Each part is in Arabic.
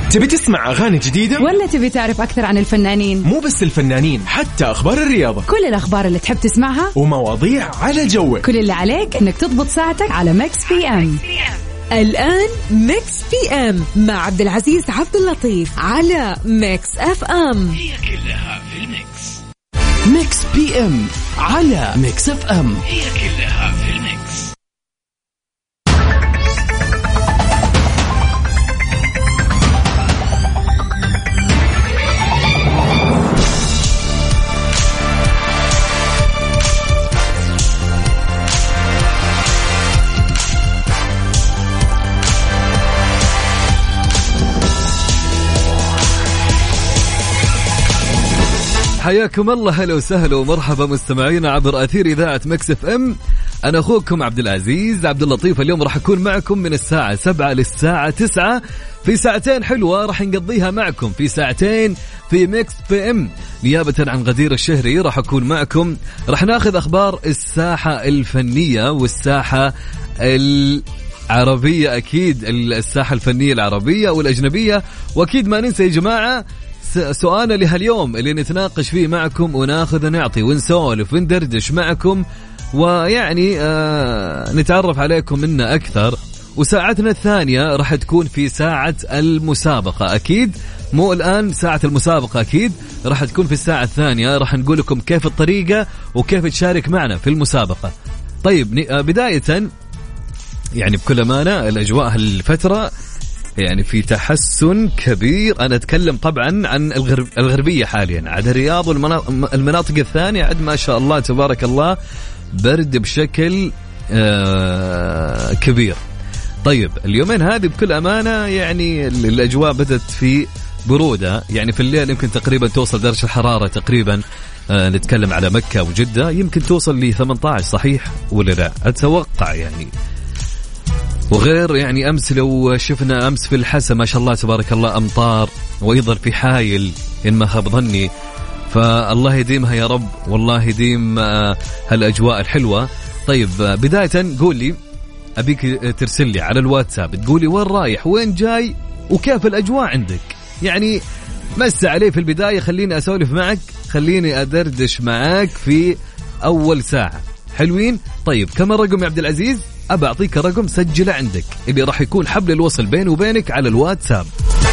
تبي تسمع أغاني جديدة؟ ولا تبي تعرف أكثر عن الفنانين؟ مو بس الفنانين، حتى أخبار الرياضة، كل الأخبار اللي تحب تسمعها ومواضيع على جوك. كل اللي عليك إنك تضبط ساعتك على ميكس بي ام. الآن ميكس بي ام مع عبد العزيز عبد اللطيف على ميكس اف ام. هي كلها في الميكس. ميكس بي ام على ميكس اف ام. هي كلها في الميكس. حياكم الله، هلا وسهلا ومرحبا مستمعينا عبر أثير إذاعة ميكس اف ام. أنا أخوكم عبد العزيز عبد اللطيف. اليوم راح أكون معكم من الساعة 7 للساعة 9 في ساعتين حلوة راح نقضيها معكم في ساعتين في ميكس بي ام. نيابة عن غدير الشهري راح أكون معكم، راح ناخذ أخبار الساحة الفنية والساحة العربية، أكيد الساحة الفنية العربية والأجنبية، وأكيد ما ننسى يا جماعة سؤالنا لهاليوم اللي نتناقش فيه معكم وناخذ ونعطي ونسولف وندردش معكم، ويعني نتعرف عليكم منا أكثر. وساعتنا الثانية راح تكون في ساعة المسابقة، أكيد مو الآن ساعة المسابقة، أكيد راح تكون في الساعة الثانية. راح نقول لكم كيف الطريقة وكيف تشارك معنا في المسابقة. طيب بداية يعني بكل أمانة الأجواء هالفترة يعني في تحسن كبير. أنا أتكلم طبعا عن الغربية حاليا، عاد الرياض والمناطق الثانية عاد ما شاء الله تبارك الله برد بشكل كبير. طيب اليومين هذه بكل أمانة يعني الأجواء بدأت في برودة، يعني في الليل يمكن تقريبا توصل درجة الحرارة تقريبا نتكلم على مكة وجدة يمكن توصل ل 18، صحيح ولا لا؟ أتوقع يعني. وغير يعني أمس لو شفنا أمس في الحسا ما شاء الله تبارك الله أمطار، وأيضا في حايل إن ما خاب ظني، فالله يديمها يا رب، والله يديم هالأجواء الحلوة. طيب بداية قول لي، أبيك ترسل لي على الواتساب تقولي وين رايح وين جاي وكيف الأجواء عندك، يعني مس عليه في البداية، خليني أسولف معك، خليني أدردش معك في أول ساعة. حلوين؟ طيب كم الرقم يا عبد العزيز؟ أبى أعطيك رقم سجله عندك اللي راح يكون حبل الوصل بيني وبينك على الواتساب.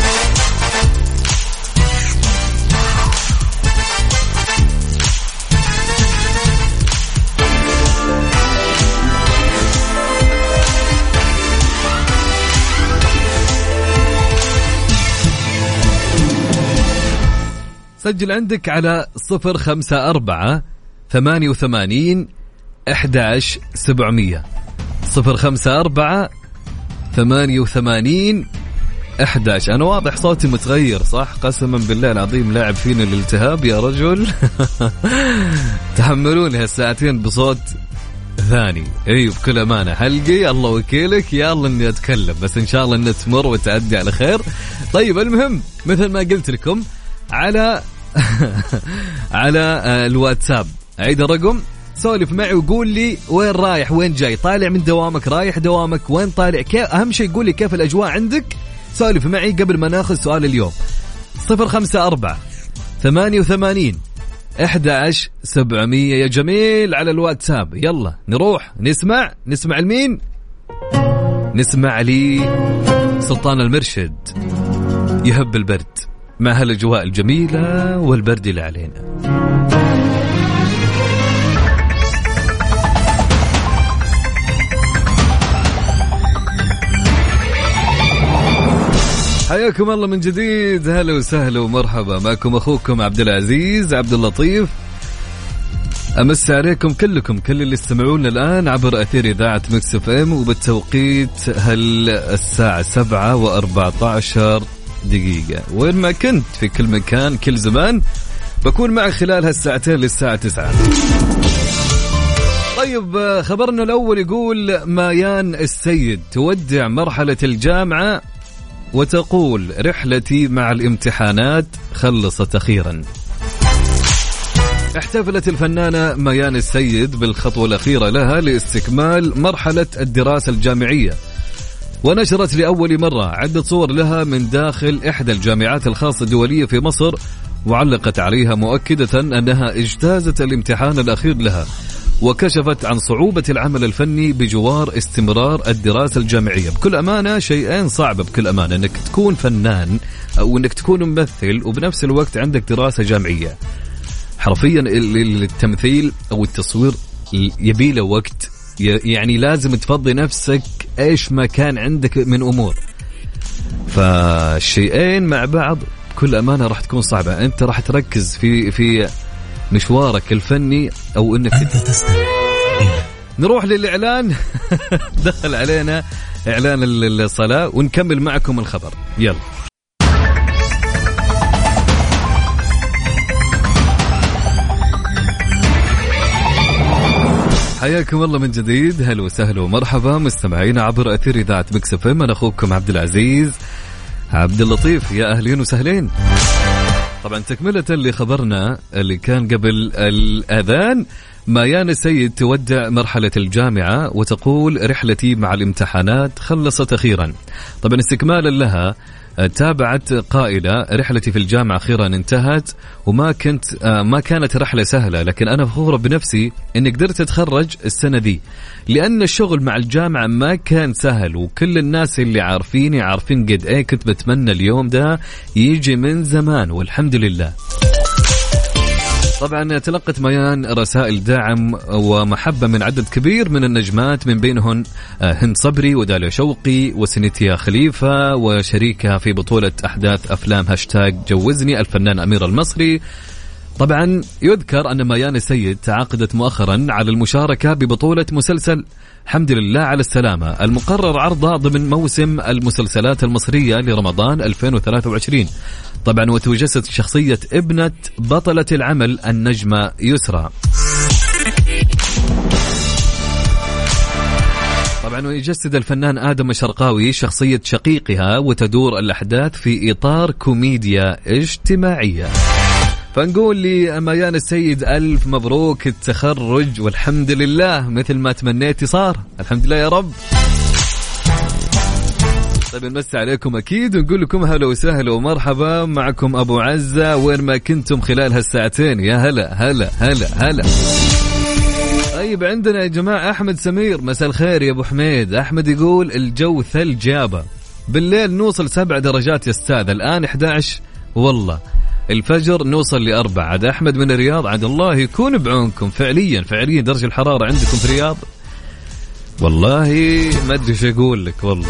سجل عندك على 054-88-11700 054-88-11. أنا واضح صوتي متغير صح؟ قسما بالله العظيم لاعب فينا الالتهاب يا رجل. تحملوني هالساعتين بصوت ثاني. أيوة بكل أمانة حلقي الله وكيلك، يلا إني أتكلم بس إن شاء الله إنها تمر وتعدي على خير. طيب المهم مثل ما قلت لكم على على الواتساب، عيد الرقم، سولف معي وقول لي وين رايح وين جاي، طالع من دوامك رايح دوامك وين طالع، كيف أهم شيء قول لي كيف الأجواء عندك. سولف معي قبل ما ناخذ سؤال اليوم. 054-88-11700 يا جميل على الواتساب. يلا نروح نسمع لمين؟ نسمع لي سلطان المرشد، يهب البرد، مع هالأجواء الجميلة والبرد اللي علينا. حياكم الله من جديد، هلا وسهلا ومرحبا، معكم أخوكم عبد العزيز عبد اللطيف. أمس عليكم كلكم، كل اللي استمعونا الآن عبر أثير إذاعة ميكس اف ام، وبالتوقيت الساعة 7:14 دقيقة. وين ما كنت في كل مكان كل زمان بكون معك خلال هالساعتين للساعة 9. طيب خبرنا الأول يقول مايان السيد تودع مرحلة الجامعة وتقول رحلتي مع الامتحانات خلصت أخيرا. احتفلت الفنانة مايان السيد بالخطوة الأخيرة لها لاستكمال مرحلة الدراسة الجامعية ونشرت لأول مرة عدة صور لها من داخل إحدى الجامعات الخاصة الدولية في مصر، وعلقت عليها مؤكدة أنها اجتازت الامتحان الأخير لها، وكشفت عن صعوبة العمل الفني بجوار استمرار الدراسة الجامعية. بكل أمانة شيئين صعبة بكل أمانة، أنك تكون فنان أو أنك تكون ممثل وبنفس الوقت عندك دراسة جامعية. حرفيا التمثيل أو التصوير يبيله وقت، يعني لازم تفضي نفسك إيش ما كان عندك من أمور، فالشيئين مع بعض بكل أمانة راح تكون صعبة. أنت راح تركز في مشوارك الفني أو أنك نروح للإعلان. دخل علينا إعلان الصلاة ونكمل معكم الخبر. يلا حياكم الله من جديد، هلا وسهلا ومرحبا مستمعينا عبر أثير إذاعة ميكس اف ام. أنا أخوكم عبد العزيز عبد اللطيف، يا أهلين وسهلين. طبعا تكملة لخبرنا اللي كان قبل الأذان، ميان السيد تودع مرحلة الجامعة وتقول رحلتي مع الامتحانات خلصت أخيرا. طبعا استكمالا لها تابعت قائلة رحلتي في الجامعة أخيرا انتهت، وما كانت رحلة سهلة، لكن أنا فخورة بنفسي إني قدرت أتخرج السنة دي، لأن الشغل مع الجامعة ما كان سهل، وكل الناس اللي عارفيني عارفين قد إيه كنت بتمنى اليوم ده يجي من زمان، والحمد لله. طبعا تلقت ميان رسائل دعم ومحبة من عدد كبير من النجمات، من بينهن هند صبري وداليا شوقي وسنيتيا خليفة، وشريكها في بطولة أحداث أفلام هاشتاج جوزني الفنان أمير المصري. طبعا يذكر أن ميان السيد تعاقدت مؤخرا على المشاركة ببطولة مسلسل الحمد لله على السلامة، المقرر عرضها ضمن موسم المسلسلات المصرية لرمضان 2023. طبعا وتجسد شخصية ابنة بطلة العمل النجمة يسرى. طبعا ويجسد الفنان آدم الشرقاوي شخصية شقيقها، وتدور الأحداث في إطار كوميديا اجتماعية. فنقول لي ميان السيد ألف مبروك التخرج، والحمد لله مثل ما تمنيتي صار، الحمد لله يا رب. طيب نمسي عليكم أكيد ونقول لكم هلا وسهلا ومرحبا، معكم أبو عزة وين ما كنتم خلال هالساعتين. يا هلا هلا هلا هلا. طيب عندنا يا جماعة أحمد سمير، مساء الخير يا أبو حميد. أحمد يقول الجو ثلج يابا، بالليل نوصل 7 درجات يا أستاذ، الآن 11 والله، الفجر نوصل ل4. عاد أحمد من الرياض، عاد الله يكون بعونكم، فعليا درجة الحرارة عندكم في الرياض والله ما أدري شو أقول لك والله.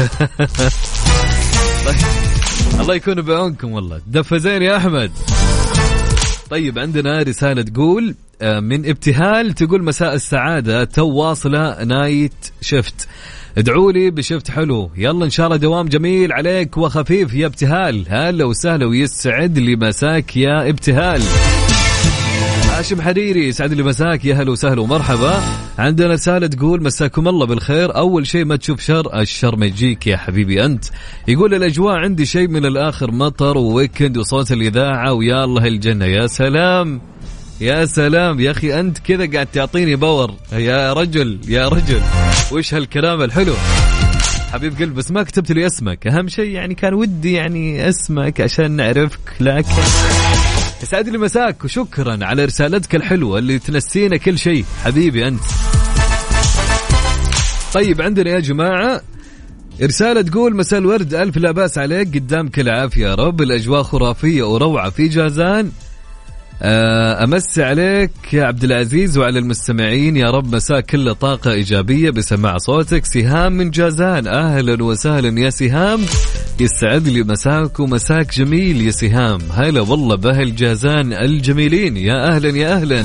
طيب الله يكون بعونكم والله، دفزين يا أحمد. طيب عندنا رسالة تقول من ابتهال، تقول مساء السعادة، تواصلة نايت شفت، ادعوا لي بشفت حلو، يلا إن شاء الله دوام جميل عليك وخفيف يا ابتهال. هلا وسهلا ويسعد لي مساك يا ابتهال. هاشم حريري يسعد لي مساك، يا هلا وسهلا ومرحبا. عندنا رسالة تقول مساكم الله بالخير، أول شيء ما تشوف شر الشر ما يجيك يا حبيبي أنت. يقول الأجواء عندي شيء من الآخر، مطر وويكند وصوت الإذاعة ويا الله الجنة. يا سلام يا سلام يا أخي، أنت كذا قاعد تعطيني باور يا رجل يا رجل، وش هالكلام الحلو حبيب قلب. بس ما كتبت لي اسمك، أهم شيء يعني كان ودي يعني اسمك عشان نعرفك، لكن يسعد لي مساك وشكرا على رسالتك الحلوة اللي تنسينا كل شيء حبيبي أنت. طيب عندنا يا جماعة رسالة تقول مساء الورد، ألف لا بأس عليك، قدامك العافية يا رب، الأجواء خرافية وروعة في جازان. أمسي عليك يا عبد العزيز وعلى المستمعين، يا رب مساء كله طاقة إيجابية بسماع صوتك. سهام من جازان، أهلا وسهلا يا سهام، يسعد لي مساك ومساك جميل يا سهام. هلا والله بأهل جازان الجميلين، يا أهلا يا أهلا.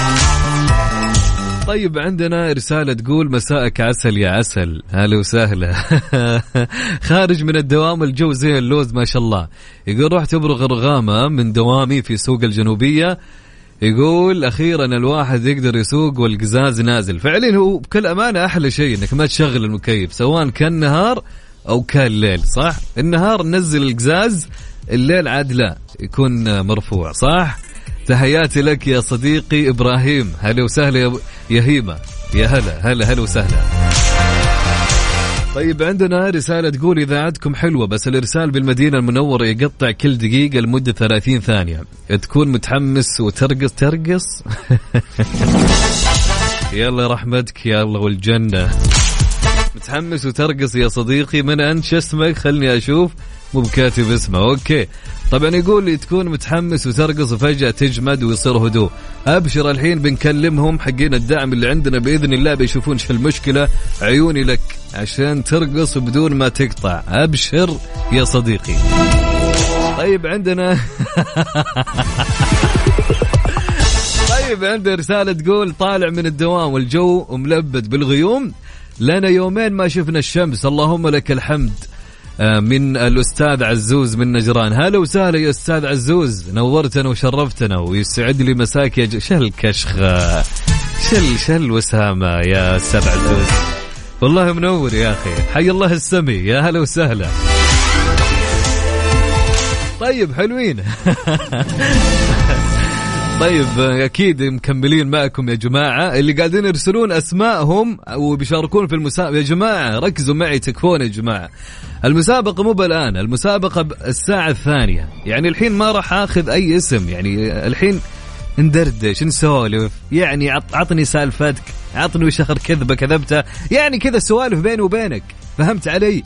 طيب عندنا رسالة تقول مساءك عسل يا عسل، هلا وسهلا. خارج من الدوام الجو زي اللوز ما شاء الله. يقول رحت أبرغ رغامة من دوامي في سوق الجنوبية، يقول أخيرا الواحد يقدر يسوق والقزاز نازل. فعليا هو بكل أمانة أحلى شيء إنك ما تشغل المكيف سواء كان نهار أو كان ليل، صح؟ النهار نزل القزاز، الليل عاد لا يكون مرفوع، صح؟ تحياتي لك يا صديقي إبراهيم، هلا وسهلا يا هيمة، يا هلا هلا هلا وسهلا. طيب عندنا رسالة تقول إذاعتكم حلوة بس الإرسال بالمدينة المنورة يقطع كل دقيقة لمدة 30 ثانية. تكون متحمس وترقص يلا رحمتك يا الله والجنة. متحمس وترقص يا صديقي، من أنت شو اسمك؟ خلني أشوف، مو بكاتب اسمه. أوكي طبعا يقول لي تكون متحمس وترقص وفجأة تجمد ويصير هدوء. أبشر الحين بنكلمهم حقين الدعم اللي عندنا بإذن الله بيشوفون شو المشكلة. عيوني لك عشان ترقص وبدون ما تقطع. أبشر يا صديقي. طيب عندنا طيب عندنا رسالة تقول طالع من الدوام والجو ملبد بالغيوم، لنا يومين ما شفنا الشمس اللهم لك الحمد. من الأستاذ عزوز من نجران. هلا وسهلا يا أستاذ عزوز، نورتنا وشرفتنا ويسعد لي مساك يا شل كشخة شل وسامة يا أستاذ عزوز، والله منور يا أخي. حي الله السمي، يا هلا وسهلا. طيب حلوين. طيب أكيد مكملين معكم يا جماعة اللي قاعدين يرسلون أسماءهم وبيشاركون في المسابقة. يا جماعة ركزوا معي تكفون يا جماعة. المسابقة مو بالآن، المسابقة الساعة الثانية. يعني الحين ما راح أخذ أي اسم، يعني الحين ندردش نسولف، يعني عطني سالفتك، عطني وشخر كذبة كذبتها، يعني كذا سوالف بيني وبينك، فهمت علي؟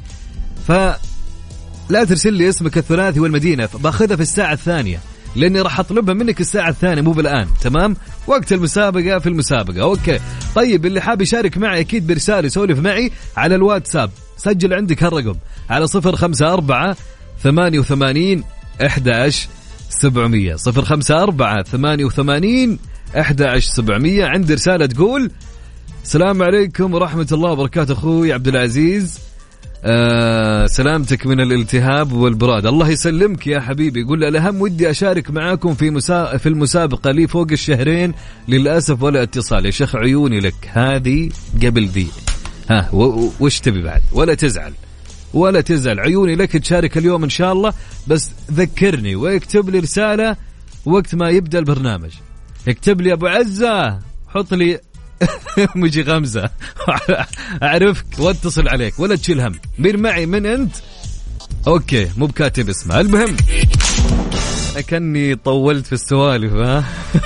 فلا ترسل لي اسمك الثلاثي والمدينة، باخذها في الساعة الثانية لأني راح أطلبها منك الساعة الثانية مو بالآن. تمام؟ وقت المسابقة في المسابقة. أوكي طيب اللي حاب يشارك معي أكيد برسالة يسولف معي على الواتساب. سجل عندك هالرقم على 054 88 11 700 054 88 11 700. عندي رسالة تقول السلام عليكم ورحمة الله وبركاته أخوي عبد العزيز، سلامتك من الالتهاب والبراد. الله يسلمك يا حبيبي. يقول الأهم ودي أشارك معاكم في المسابقة لي فوق الشهرين للأسف ولا اتصال. يا شيخ عيوني لك هذه قبل ذي. ها وش تبي بعد؟ ولا تزعل عيوني لك تشارك اليوم إن شاء الله، بس ذكرني واكتب لي رسالة وقت ما يبدأ البرنامج. اكتب لي أبو عزة، حط لي مجي غمزة أعرفك واتصل عليك، ولا تشيل هم. مين معي من أنت؟ أوكي مو بكاتب اسمه. المهم أكني طولت في السوالف ها.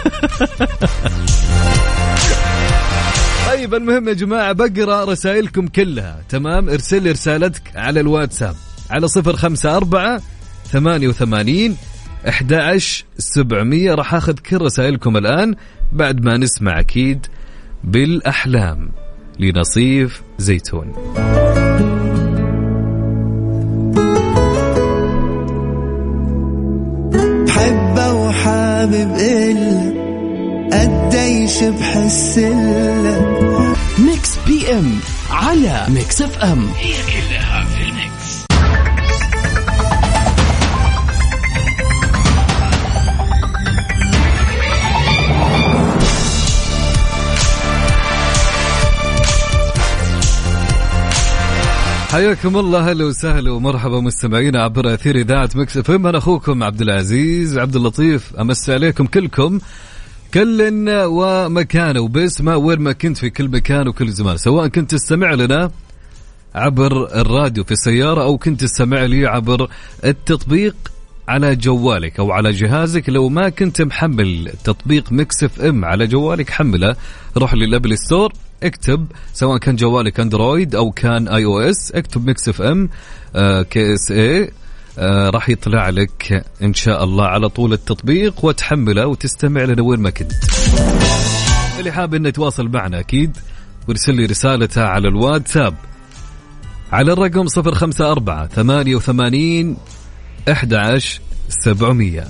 طيب المهم يا جماعة بقرأ رسائلكم كلها. تمام؟ ارسل لي رسالتك على الواتساب على 054 88 11 700. راح أخذ كل رسائلكم الآن بعد ما نسمع أكيد بالأحلام لنصيف زيتون. حبه وحابب إلا قديش بحس إلا. ميكس بي ام على ميكس اف ام، هي كلها في الميكس. حياكم الله، هلا وسهلا ومرحبا مستمعينا عبر أثير إذاعة ميكس اف ام. أنا أخوكم عبد العزيز عبد اللطيف، أمسي عليكم كلكم كل ومكانه وباسمه وين ما كنت في كل مكان وكل زمان، سواء كنت تستمع لنا عبر الراديو في السيارة أو كنت تستمع لي عبر التطبيق على جوالك أو على جهازك. لو ما كنت محمل تطبيق ميكس اف ام على جوالك حمله، روح للأبل ستور اكتب، سواء كان جوالك اندرويد او كان اي او اس، اكتب ميكس اف ام كي اس اي، راح يطلع لك ان شاء الله على طول التطبيق وتحمله وتستمع لنا وين ما كنت. اللي حاب انه يتواصل معنا اكيد ويرسل لي رسالته على الواتساب على الرقم 054 88 11 700.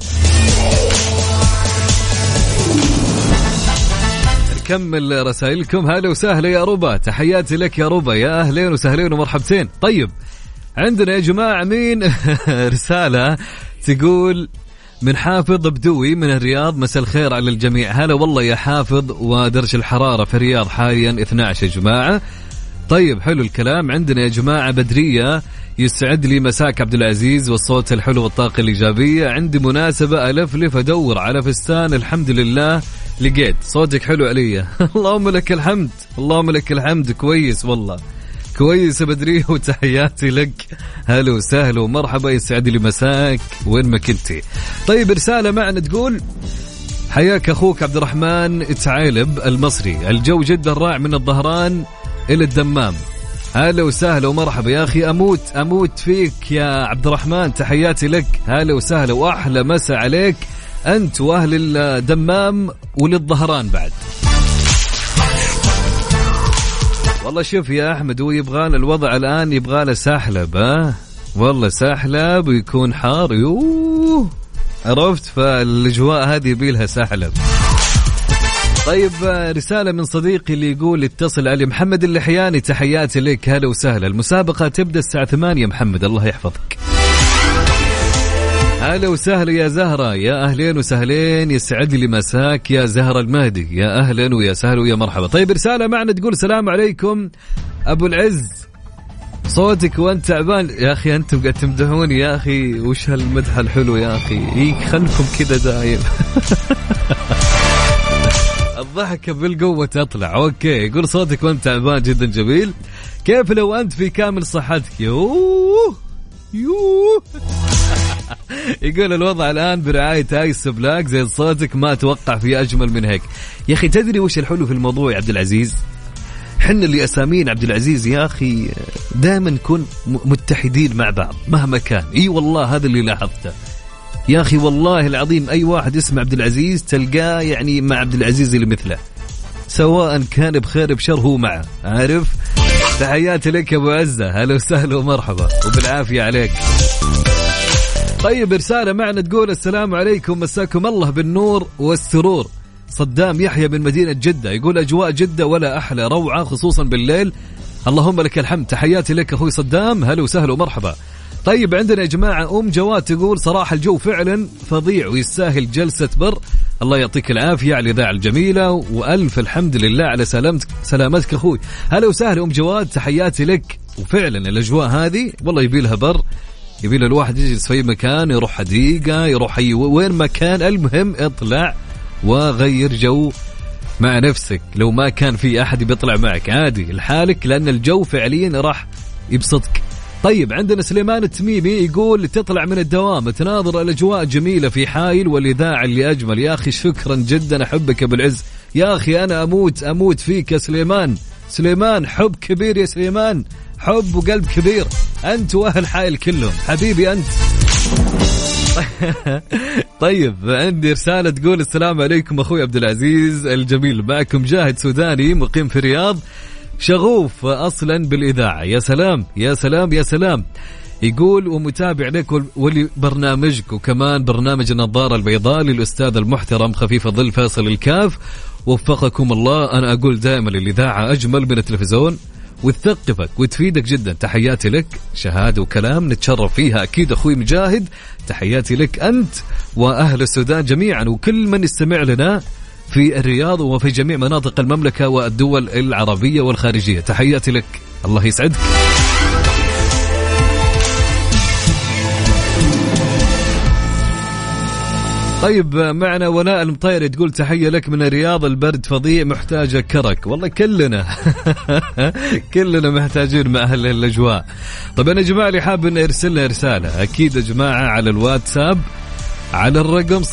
كمل رسائلكم. هلا وسهلا يا ربا، تحياتي لك يا ربا، يا أهلين وسهلين ومرحبتين. طيب عندنا يا جماعة مين رسالة تقول من حافظ بدوي من الرياض، مساء الخير على الجميع. هلا والله يا حافظ، ودرجة الحرارة في الرياض حاليا 12 يا جماعة. طيب حلو الكلام. عندنا يا جماعة بدرية، يسعد لي مساك عبد العزيز والصوت الحلو والطاقة الإيجابية. عندي مناسبة ألفلف أدور على فستان، الحمد لله لقيت. صوتك حلو علي. اللهم لك الحمد، اللهم لك الحمد. كويس والله كويس بدري وتحياتي لك. هلا وسهلا ومرحبا، يسعد لي مساك وين ما كنتي. طيب رسالة معنا تقول حياك أخوك عبد الرحمن تعالب المصري، الجو جدا رائع من الظهران إلى الدمام. هلا وسهلا ومرحبا يا أخي، أموت فيك يا عبد الرحمن، تحياتي لك. هلا وسهلا وأحلى مسا عليك أنت وأهل الدمام وللظهران بعد. والله شوف يا أحمد، هو يبغانا الوضع الآن يبغانا ساحلب، والله ساحلب ويكون حار عرفت، فالأجواء هذه يبيلها ساحلب. طيب رسالة من صديقي اللي يقول اتصل علي محمد اللحياني، تحياتي لك. هلا وسهلا، المسابقة تبدأ الساعة 8 محمد، الله يحفظك. هلا وسهلا يا زهرة، يا أهلين وسهلين، يسعد لي مساك يا زهرة المهدي، يا أهلا ويا سهلا ويا مرحبا. طيب رسالة معنا تقول السلام عليكم أبو العز، صوتك وانت تعبان. يا أخي أنتم قاعد تمدحوني يا أخي، وش هالمدح الحلو يا أخي، خلكم كذا دايم. الضحكة بالقوة تطلع. أوكي، يقول صوتك وانت تعبان جدا جميل، كيف لو أنت في كامل صحتك؟ يوه يقول الوضع الآن برعاية آيس بلاك، زي صوتك ما أتوقع في أجمل من هيك. يا أخي تدري وش الحلو في الموضوع يا عبد العزيز؟ حنا اللي أسامين عبد العزيز يا أخي دائما نكون متحدين مع بعض مهما كان. إي والله هذا اللي لاحظته يا أخي، والله العظيم أي واحد اسمه عبد العزيز تلقاه يعني مع عبد العزيز اللي مثله، سواء كان بخير بشر هو معه، عارف. تحياتي لك يا أبو عزة، هلا وسهلا ومرحبا وبالعافية عليك. طيب رسالة معنا تقول السلام عليكم، مساكم الله بالنور والسرور، صدام يحيى من مدينة جدة، يقول أجواء جدة ولا أحلى، روعة خصوصا بالليل، اللهم لك الحمد. تحياتي لك أخوي صدام، هلا وسهلا ومرحبا. طيب عندنا يا جماعة جواد تقول صراحة الجو فعلا فظيع ويستاهل جلسة بر، الله يعطيك العافية على الإذاعة الجميلة، وألف الحمد لله على سلامتك أخوي. هلا وسهلا جواد، تحياتي لك. وفعلا الأجواء هذه والله يبي لها بر، يبي له الواحد يجلس في مكان، يروح حديقة، يروح وين ما كان، المهم اطلع وغير جو مع نفسك. لو ما كان في أحد بيطلع معك عادي لحالك، لأن الجو فعليا راح يبسطك. طيب عندنا سليمان التميمي يقول تطلع من الدوام تناظر الأجواء جميلة في حائل والإذاعة اللي أجمل. يا أخي شكرا جدا، أحبك بالعز يا أخي، أنا أموت فيك يا سليمان، حب كبير يا سليمان، حب وقلب كبير، أنت وأهل حائل كلهم حبيبي أنت. طيب عندي رسالة تقول السلام عليكم أخوي عبد العزيز الجميل، معكم جاهد سوداني مقيم في الرياض، شغوف أصلا بالإذاعة. يا سلام يا سلام يا سلام. يقول ومتابع لك ولبرنامجك، وكمان برنامج النظارة البيضاء للأستاذ المحترم خفيف الظل فاصل الكاف، وفقكم الله. أنا أقول دائما الإذاعة أجمل من التلفزيون وتثقفك وتفيدك جدا. تحياتي لك، شهادة وكلام نتشرف فيها أكيد أخوي مجاهد، تحياتي لك أنت وأهل السودان جميعا، وكل من يستمع لنا في الرياض وفي جميع مناطق المملكة والدول العربية والخارجية، تحياتي لك، الله يسعدك. طيب معنا ولاء المطيري تقول تحية لك من الرياض، البرد فظيع محتاجة كرك. والله كلنا محتاجين مع أهل الأجواء. طب أنا جماعة اللي حاب أن يرسلنا رسالة أكيد يا جماعة على الواتساب على الرقم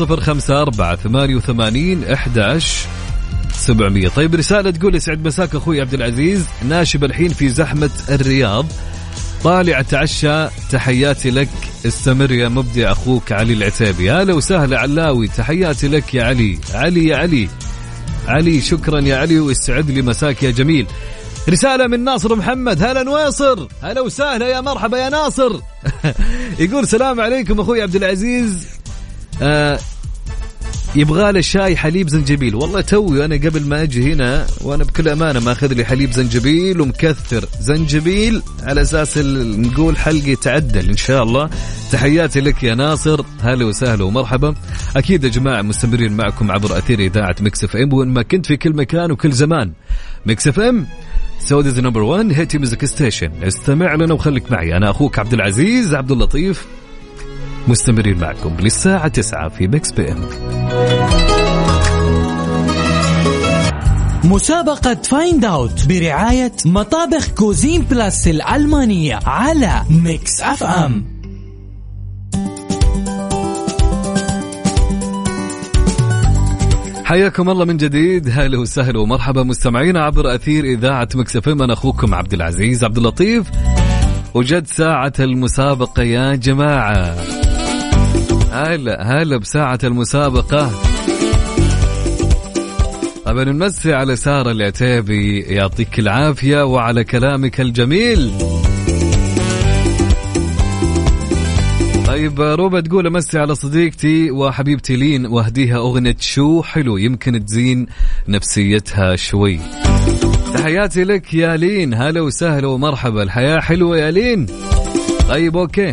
0548811700. طيب رسالة تقول يسعد مساك أخوي عبد العزيز، ناشب الحين في زحمة الرياض، طالع أتعشى، تحياتي لك، استمر يا مبدع أخوك علي العتيبي. هلا وسهلا علاوي، تحياتي لك يا علي، شكرا يا علي، واستعد لي مساك يا جميل. رسالة من ناصر محمد، هلا نواصر، هلا وسهلا يا مرحبا يا ناصر. يقول سلام عليكم أخوي عبد العزيز، يبغى له شاي حليب زنجبيل. والله توي أنا قبل ما أجي هنا وأنا بكل أمانة ما أخذ لي حليب زنجبيل ومكثر زنجبيل على أساس نقول حلقي تعدل إن شاء الله. تحياتي لك يا ناصر، هلا وسهلا ومرحبا. أكيد يا جماعة مستمرين معكم عبر أثير إذاعة ميكس اف ام، وإن ما كنت في كل مكان وكل زمان. ميكس اف ام سعوديز نمبر 1 هيتي ميوزك ستيشن، استمع لنا وخليك معي، أنا أخوك عبد العزيز عبد اللطيف، مستمرين معكم للساعة 9 في ميكس بي ام. مسابقة فايند اوت برعاية مطابخ كوزين بلاس الألمانية على ميكس اف ام. حياكم الله من جديد، هلا وسهلا ومرحبا مستمعينا عبر أثير إذاعة ميكس اف ام. أنا أخوكم عبد العزيز عبد اللطيف، وجد ساعة المسابقة يا جماعة. هلا بساعة المسابقة. طبعا نمسي على سارة العتيبي، يعطيك العافية وعلى كلامك الجميل. طيب روبا تقول امسي على صديقتي وحبيبتي لين واهديها أغنية شو حلو يمكن تزين نفسيتها شوي. تحياتي لك يا لين، هلا وسهلا ومرحبا. الحياة حلوة يا لين. طيب اوكي،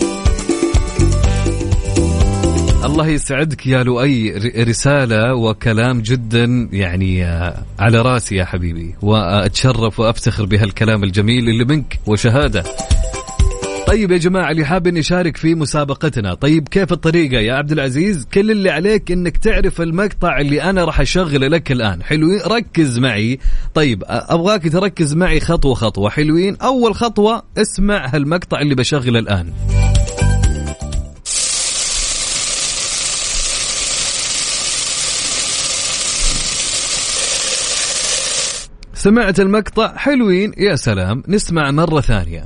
الله يسعدك يا لؤي، رسالة وكلام جدا يعني على راسي يا حبيبي، وأتشرف وأفتخر بهالكلام الجميل اللي منك وشهادة. طيب يا جماعة اللي حاب يشارك في مسابقتنا، طيب كيف الطريقة يا عبد العزيز؟ كل اللي عليك انك تعرف المقطع اللي انا راح اشغله لك الان. حلوين، ركز معي. طيب ابغاك تركز معي خطوة خطوة. حلوين، اول خطوة اسمع هالمقطع اللي بشغله الان. سمعت المقطع؟ حلوين، يا سلام. نسمع مرة ثانية.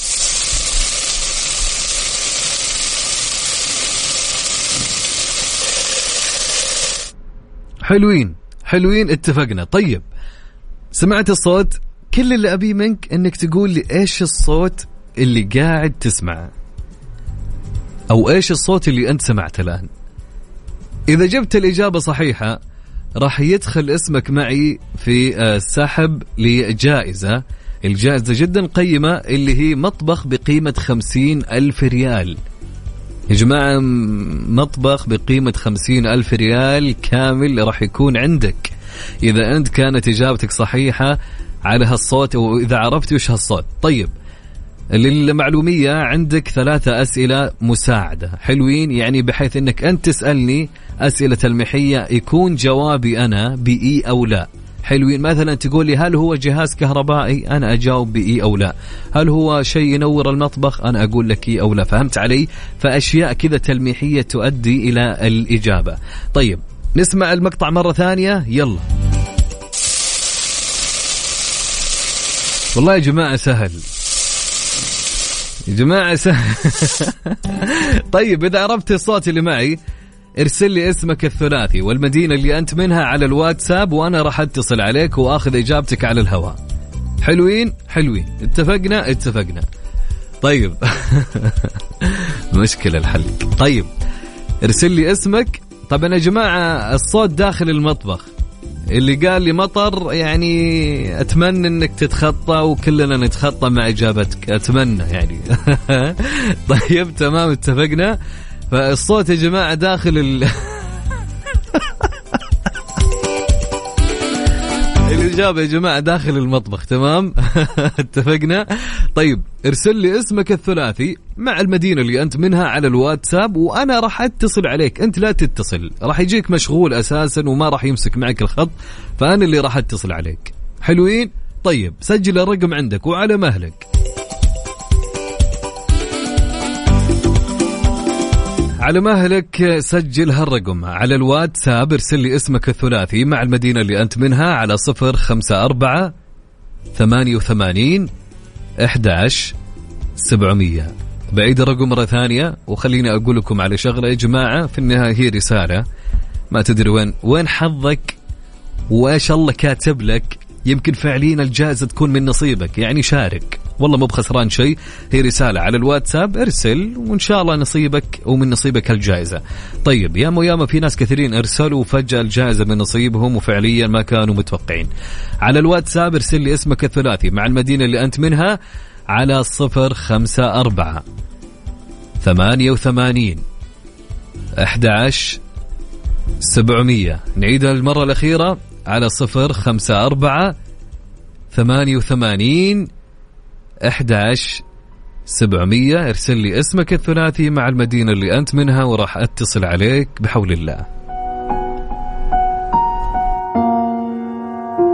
حلوين اتفقنا. طيب سمعت الصوت؟ كل اللي أبي منك انك تقول لي ايش الصوت اللي قاعد تسمعه، او ايش الصوت اللي انت سمعته الآن. اذا جبت الإجابة صحيحة راح يدخل اسمك معي في سحب لجائزة. الجائزة جدا قيمة اللي هي مطبخ بقيمة 50,000 ريال. يا جماعة مطبخ بقيمة 50,000 ريال كامل راح يكون عندك إذا أنت كانت إجابتك صحيحة على هالصوت، وإذا عرفت وش هالصوت. طيب للمعلومية عندك 3 أسئلة مساعدة. حلوين، يعني بحيث أنك أنت تسألني أسئلة تلميحية يكون جوابي أنا بإي أو لا. حلوين، مثلا تقول لي هل هو جهاز كهربائي، أنا أجاوب بإي أو لا. هل هو شيء ينور المطبخ، أنا أقول لك إي أو لا. فهمت علي؟ فأشياء كذا تلميحية تؤدي إلى الإجابة. طيب نسمع المقطع مرة ثانية، يلا. والله يا جماعة سهل، يا جماعة سهل. طيب إذا عرفت الصوت اللي معي ارسل لي اسمك الثلاثي والمدينة اللي أنت منها على الواتساب، وأنا راح أتصل عليك وأخذ إجابتك على الهواء. حلوين، اتفقنا. طيب مشكلة الحل. طيب ارسل لي اسمك. طبعا يا جماعة الصوت داخل المطبخ. اللي قال لي مطر يعني أتمنى أنك تتخطى وكلنا نتخطى مع إجابتك، أتمنى يعني. طيب تمام اتفقنا. فالصوت يا جماعة داخل الإجابة يا جماعة داخل المطبخ. تمام اتفقنا. طيب ارسل لي اسمك الثلاثي مع المدينة اللي أنت منها على الواتساب، وأنا راح أتصل عليك. أنت لا تتصل، راح يجيك مشغول أساسا وما راح يمسك معك الخط، فأنا اللي راح أتصل عليك. حلوين. طيب سجل الرقم عندك وعلى مهلك. على مهلك سجل هالرقم على الواتساب. ارسل لي اسمك الثلاثي مع المدينة اللي أنت منها على 054-88-11-700. بعيد الرقم مرة ثانية، وخليني أقول لكم على شغلة يا جماعة. في النهاية هي رسالة، ما تدري وين حظك وإيش الله كاتب لك. يمكن فعليا الجائزة تكون من نصيبك، يعني شارك، والله مو بخسران شيء. هي رسالة على الواتساب، ارسل وإن شاء الله نصيبك ومن نصيبك الجائزة. طيب ياما في ناس كثيرين ارسلوا وفجأة الجائزة من نصيبهم وفعليا ما كانوا متوقعين. على الواتساب ارسل لي اسمك الثلاثي مع المدينة اللي أنت منها على 054-88-11-700. نعيدها المرة الأخيرة على 054-88-11-700. ارسل لي اسمك الثلاثي مع المدينة اللي أنت منها وراح أتصل عليك بحول الله.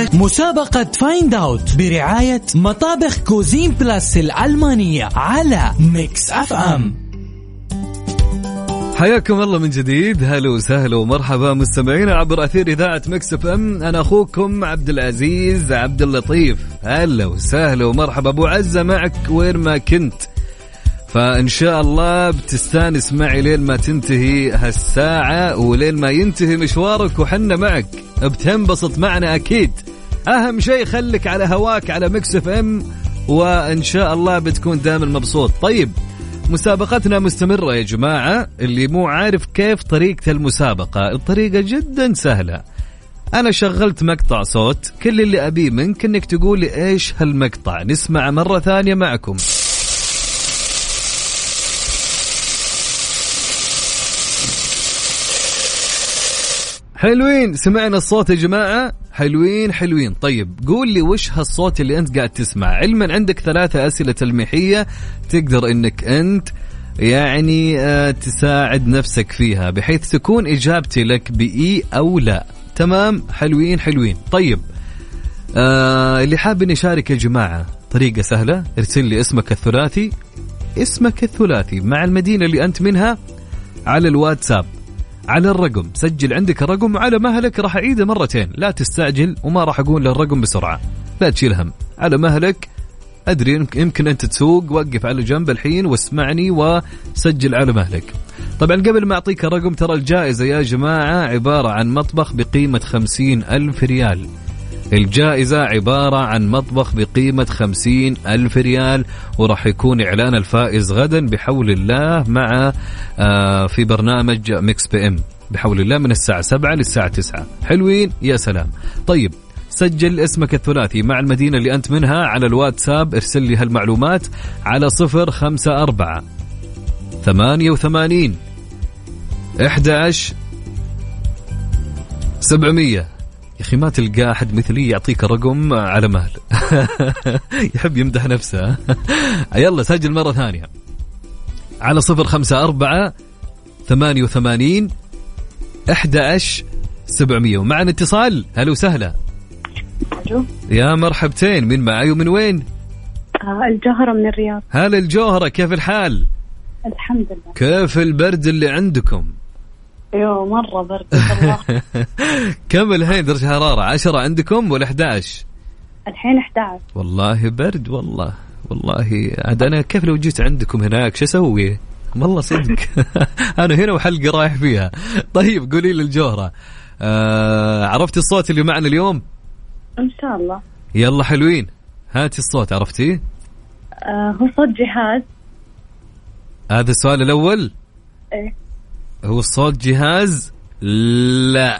مسابقة فايند اوت برعاية مطابخ كوزين بلاس الألمانية على ميكس اف ام. حياكم الله من جديد، هلا وسهلا ومرحبا مستمعينا عبر أثير إذاعة ميكس اف ام. أنا أخوكم عبد العزيز عبد اللطيف. هلا وسهلا ومرحبا أبو عزة معك وين ما كنت. فإن شاء الله بتستانس معي لين ما تنتهي هالساعة ولين ما ينتهي مشوارك وحنا معك بتنبسط معنا أكيد. أهم شيء خلك على هواك على ميكس اف ام وإن شاء الله بتكون دائما مبسوط. طيب مسابقتنا مستمرة يا جماعة. اللي مو عارف كيف طريقة المسابقة، الطريقة جدا سهلة. أنا شغلت مقطع صوت، كل اللي أبيه منك إنك تقولي إيش هالمقطع. نسمع مرة ثانية معكم. حلوين، سمعنا الصوت يا جماعة؟ حلوين. طيب قول لي وش هالصوت اللي أنت قاعد تسمع. علما عندك 3 أسئلة تلميحية تقدر إنك أنت يعني تساعد نفسك فيها بحيث تكون إجابتي لك بإي أو لا. تمام، حلوين. طيب اللي حاب إني شارك يا جماعة طريقة سهلة، ارسل لي اسمك الثلاثي مع المدينة اللي أنت منها على الواتساب على الرقم. سجل عندك الرقم على مهلك، راح أعيده مرتين، لا تستعجل وما راح أقول للرقم بسرعة، لا تشيل هم، على مهلك. أدري يمكن أنت تسوق، وقف على جنب الحين واسمعني وسجل على مهلك. طبعا قبل ما أعطيك الرقم، ترى الجائزة يا جماعة عبارة عن مطبخ بقيمة 50,000 ريال. الجائزة عبارة عن مطبخ بقيمة 50,000 ريال، وراح يكون إعلان الفائز غدا بحول الله مع في برنامج ميكس بي ام بحول الله من الساعة 7 للساعة 9. حلوين يا سلام. طيب سجل اسمك الثلاثي مع المدينة اللي أنت منها على الواتساب، ارسل لي هالمعلومات على 054 88 11 700. يا أخي ما تلقى أحد مثلي يعطيك الرقم على مهل. يحب يمدح نفسه. يلا سجل مرة ثانية على 054 88 11 700. ومعنا اتصال. هلا وسهلا. يا مرحبتين، من معي ومن وين؟ الجوهرة من الرياض. هلا الجوهرة، كيف الحال؟ الحمد لله. كيف البرد اللي عندكم؟ ايوه مرة برد والله. كم الحين درجة حرارة؟ 10 عندكم ولا 11؟ الحين 11. والله برد والله عاد أنا كيف لو جيت عندكم هناك شو أسوي؟ والله صدق. أنا هنا وحلقة رايح فيها. طيب قولي لي الجوهرة، عرفتي الصوت اللي معنا اليوم؟ إن شاء الله. يلا حلوين، هاتي الصوت. عرفتيه؟ هو صوت جهاز. هذا السؤال الأول. إيه هو الصوت جهاز؟ لا.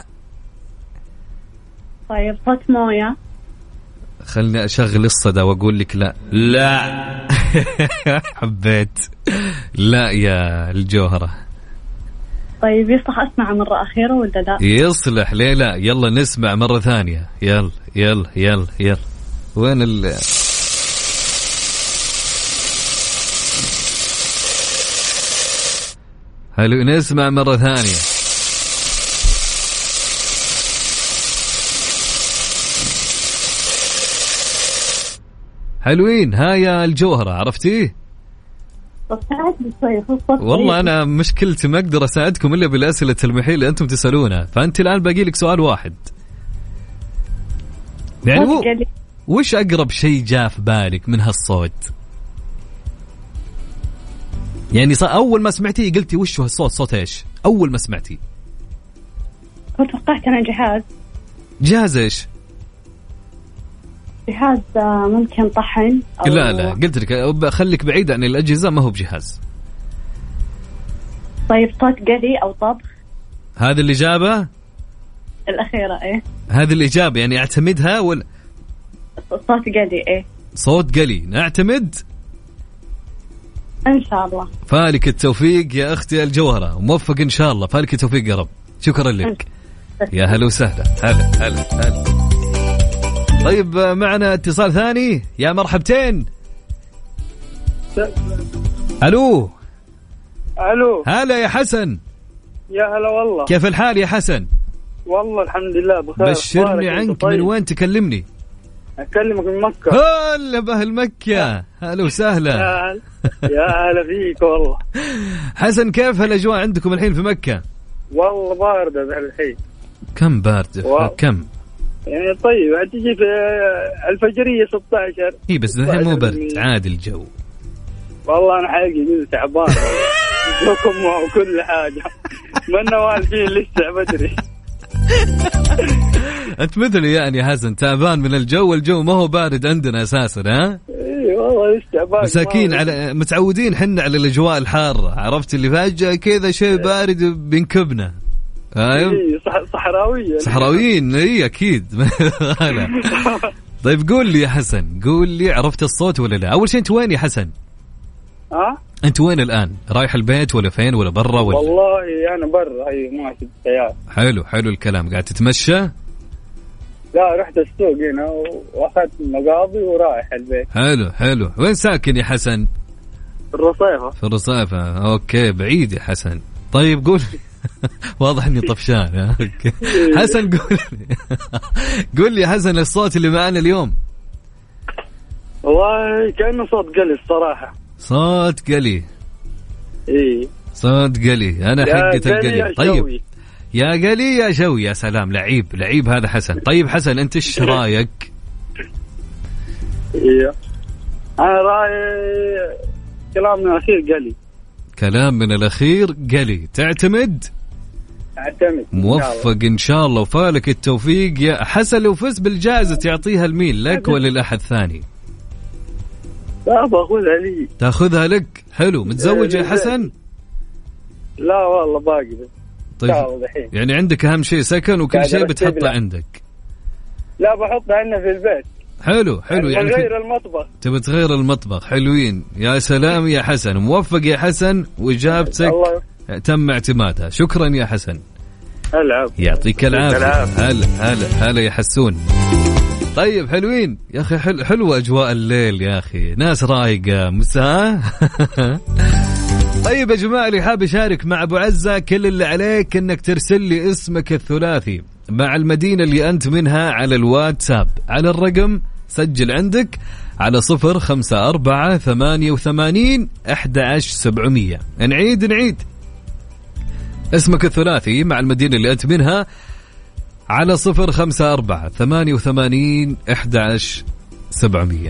طيب صوت موية؟ خلني أشغل الصدى وأقول لك لا. حبيت. لا يا الجوهرة. طيب يصلح أسمع مرة أخيرة ولا لا؟ يصلح، ليه لا. يلا نسمع مرة ثانية. يلا وين هلو، نسمع مرة ثانية. حلوين. ها يا الجوهرة، عرفتيه؟ والله أنا مشكلتي ما أقدر أساعدكم إلا بالأسئلة التلميحية اللي أنتم تسألونها. فأنت الآن باقي لك سؤال واحد. يعني وش أقرب شيء جاء في بالك من هالصوت؟ يعني أول ما سمعتيه قلتي وش هو الصوت؟ صوت إيش أول ما سمعتيه؟ كنت توقعت أنا جهاز إيش؟ جهاز ممكن طحن أو لا قلت لك خليك بعيد عن الأجهزة، ما هو بجهاز. طيب صوت قلي أو طبخ؟ هذا الإجابة الأخيرة. إيه هذه الإجابة يعني أعتمدها ولا؟ صوت قلي. إيه صوت قلي نعتمد إن شاء الله. فالك التوفيق يا أختي الجوهرة، موفق إن شاء الله. فالك التوفيق يا رب. شكرا لك. يا هلا وسهلا. هلا. طيب معنا اتصال ثاني. يا مرحبتين. ألو. ألو. هلا يا حسن. يا هلا والله. كيف الحال يا حسن؟ والله الحمد لله بخير. بشرني عنك. طيب. من وين تكلمني؟ أكلمك من مكة. هلا بأهل مكة. هلا وسهلا. يا هلا فيك والله. حسن كيف هالأجواء عندكم الحين في مكة؟ والله باردة الحين. كم باردة؟ كم؟ يعني طيب هتيجي في الفجرية 16. إيه بس الحين مو برد عادي الجو. والله أنا حقيقي تعبان. لكم وكل حاجة. من والدين لسه بدري. أنت مثلي يعني حسن تعبان من الجو. الجو ما هو بارد عندنا أساسا. ها؟ إيه والله لسه تعبان. مساكين على متعودين حنا على الأجواء الحارة. عرفت اللي فجأة كذا شيء بارد بينكبنا. إيه صحراويين. إيه أكيد. طيب قول لي يا حسن، قول لي عرفت الصوت ولا لا؟ أول شيء أنت وين يا حسن؟ أنت وين الآن؟ رايح البيت ولا فين ولا برا ولا؟ والله أنا برا. أي ماشي بالسيارة. حلو الكلام. قاعد تتمشى؟ لا رحت السوق هنا وأخذت مقاضي ورايح البيت. حلو. وين ساكن يا حسن؟ في الرصيفة. أوكي بعيد يا حسن. طيب قول. واضح إني طفشان. حسن قول لي حسن الصوت اللي معنا اليوم. والله كأنه صوت قلي الصراحة. صوت قلي. إيه صوت قلي. أنا حقة القلي. طيب يا قلي يا شوي. يا سلام لعيب هذا حسن. طيب حسن أنت إيش رأيك؟ إيه أنا رأيي كلام من الأخير قلي. كلام من الأخير قلي. تعتمد؟ أعتمد. موفق إن شاء الله وفالك التوفيق يا حسن. لو فزت بالجائزة تعطيها المين لك ولا لأحد ثاني؟ لا بأخذها لي. تأخذها لك. حلو. متزوج يا حسن؟ لا والله باقي. طيب يعني عندك أهم شيء سكن وكل شيء بتحطه عندك؟ لا بحطها عندنا في البيت. حلو يعني غير المطبخ. تبي تغير المطبخ. حلوين. يا سلام يا حسن. موفق يا حسن وإجابتك تم اعتمادها. شكرا يا حسن. يعطيك العافية. هلا يا حسون. طيب حلوين يا أخي. حلوة أجواء الليل يا أخي. ناس رايقة مساء. طيب يا جماعة اللي حاب يشارك مع أبو عزة كل اللي عليك أنك ترسل لي اسمك الثلاثي مع المدينة اللي أنت منها على الواتساب على الرقم. سجل عندك على 0548811700. نعيد اسمك الثلاثي مع المدينة اللي أنت منها على 0548811700.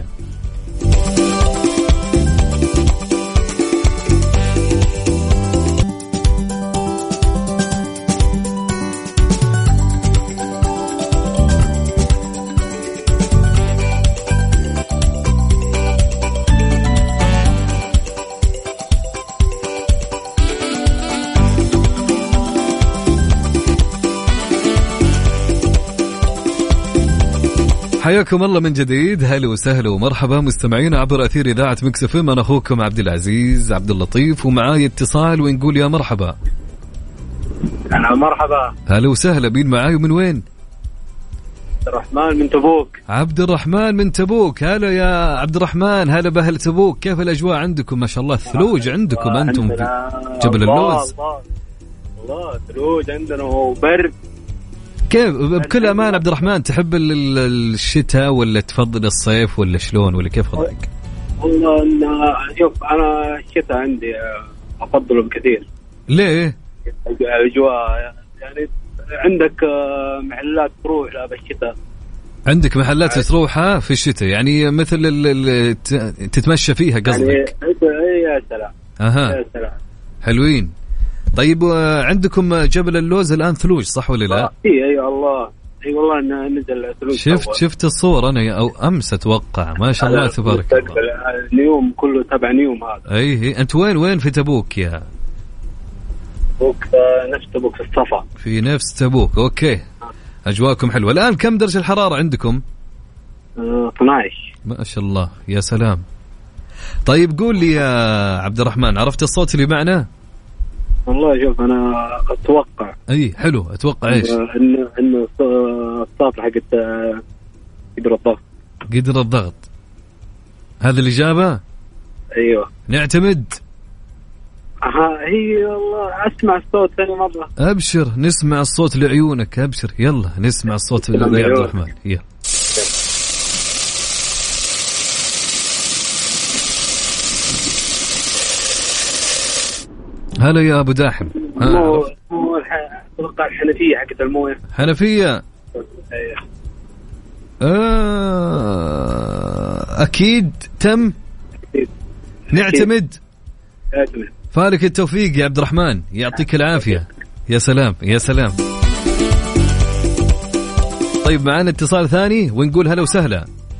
حياكم الله من جديد. هلا وسهلا ومرحبا مستمعينا عبر أثير إذاعة مكس اف ام. أنا أخوكم عبد العزيز عبد اللطيف ومعاي اتصال ونقول يا مرحبا. أنا مرحبا. هلا وسهلا. بين معاي ومن وين؟ عبد الرحمن من تبوك. عبد الرحمن من تبوك. هلا يا عبد الرحمن. هلا بأهل تبوك. كيف الأجواء عندكم؟ ما شاء الله الثلوج عندكم أنتم في جبل اللوز. الله ثلوج عندنا وبرد. كيف بكل أمان عبد الرحمن تحب الشتاء ولا تفضل الصيف ولا شلون ولا كيف خلقك؟ والله شوف أنا الشتاء عندي أفضله بكثير. ليه؟ الأجواء يعني عندك محلات تروح لا بالشتاء. عندك محلات تروحها في الشتاء يعني مثل تتمشى فيها قصدك؟ يعني يا سلام. يا سلام. حلوين. طيب عندكم جبل اللوز الآن ثلوج صح ولا لا؟ اي والله. اي والله نزل ثلوج. شفت الصور أنا أو أمس أتوقع. ما شاء الله تبارك الله. اليوم كله تبع نيوم هذا. أي أنت وين في تبوك يا؟ تبوك نفس تبوك في الصفا. في نفس تبوك. أوكي. أجواءكم حلوة. الآن كم درجة الحرارة عندكم؟ 12. ما شاء الله يا سلام. طيب قول لي يا عبد الرحمن عرفت الصوت اللي معنا؟ والله شوف أنا أتوقع. أي حلو. أتوقع إيش؟ إنه الصوت حقت قدر الضغط. قدر الضغط. هذا الإجابة؟ أيوة. نعتمد. هي والله أسمع الصوت ثاني مرة. أبشر نسمع الصوت لعيونك، أبشر يلا نسمع الصوت يا عبد الرحمن. يلا هلا يا أبو داحم. هو أتوقع الحنفية حقت الموية. حنفية. أكيد تم. نعتمد. فالك التوفيق يا عبد الرحمن، يعطيك العافية. يا سلام يا سلام. طيب معنا اتصال ثاني ونقول هلا وسهلا.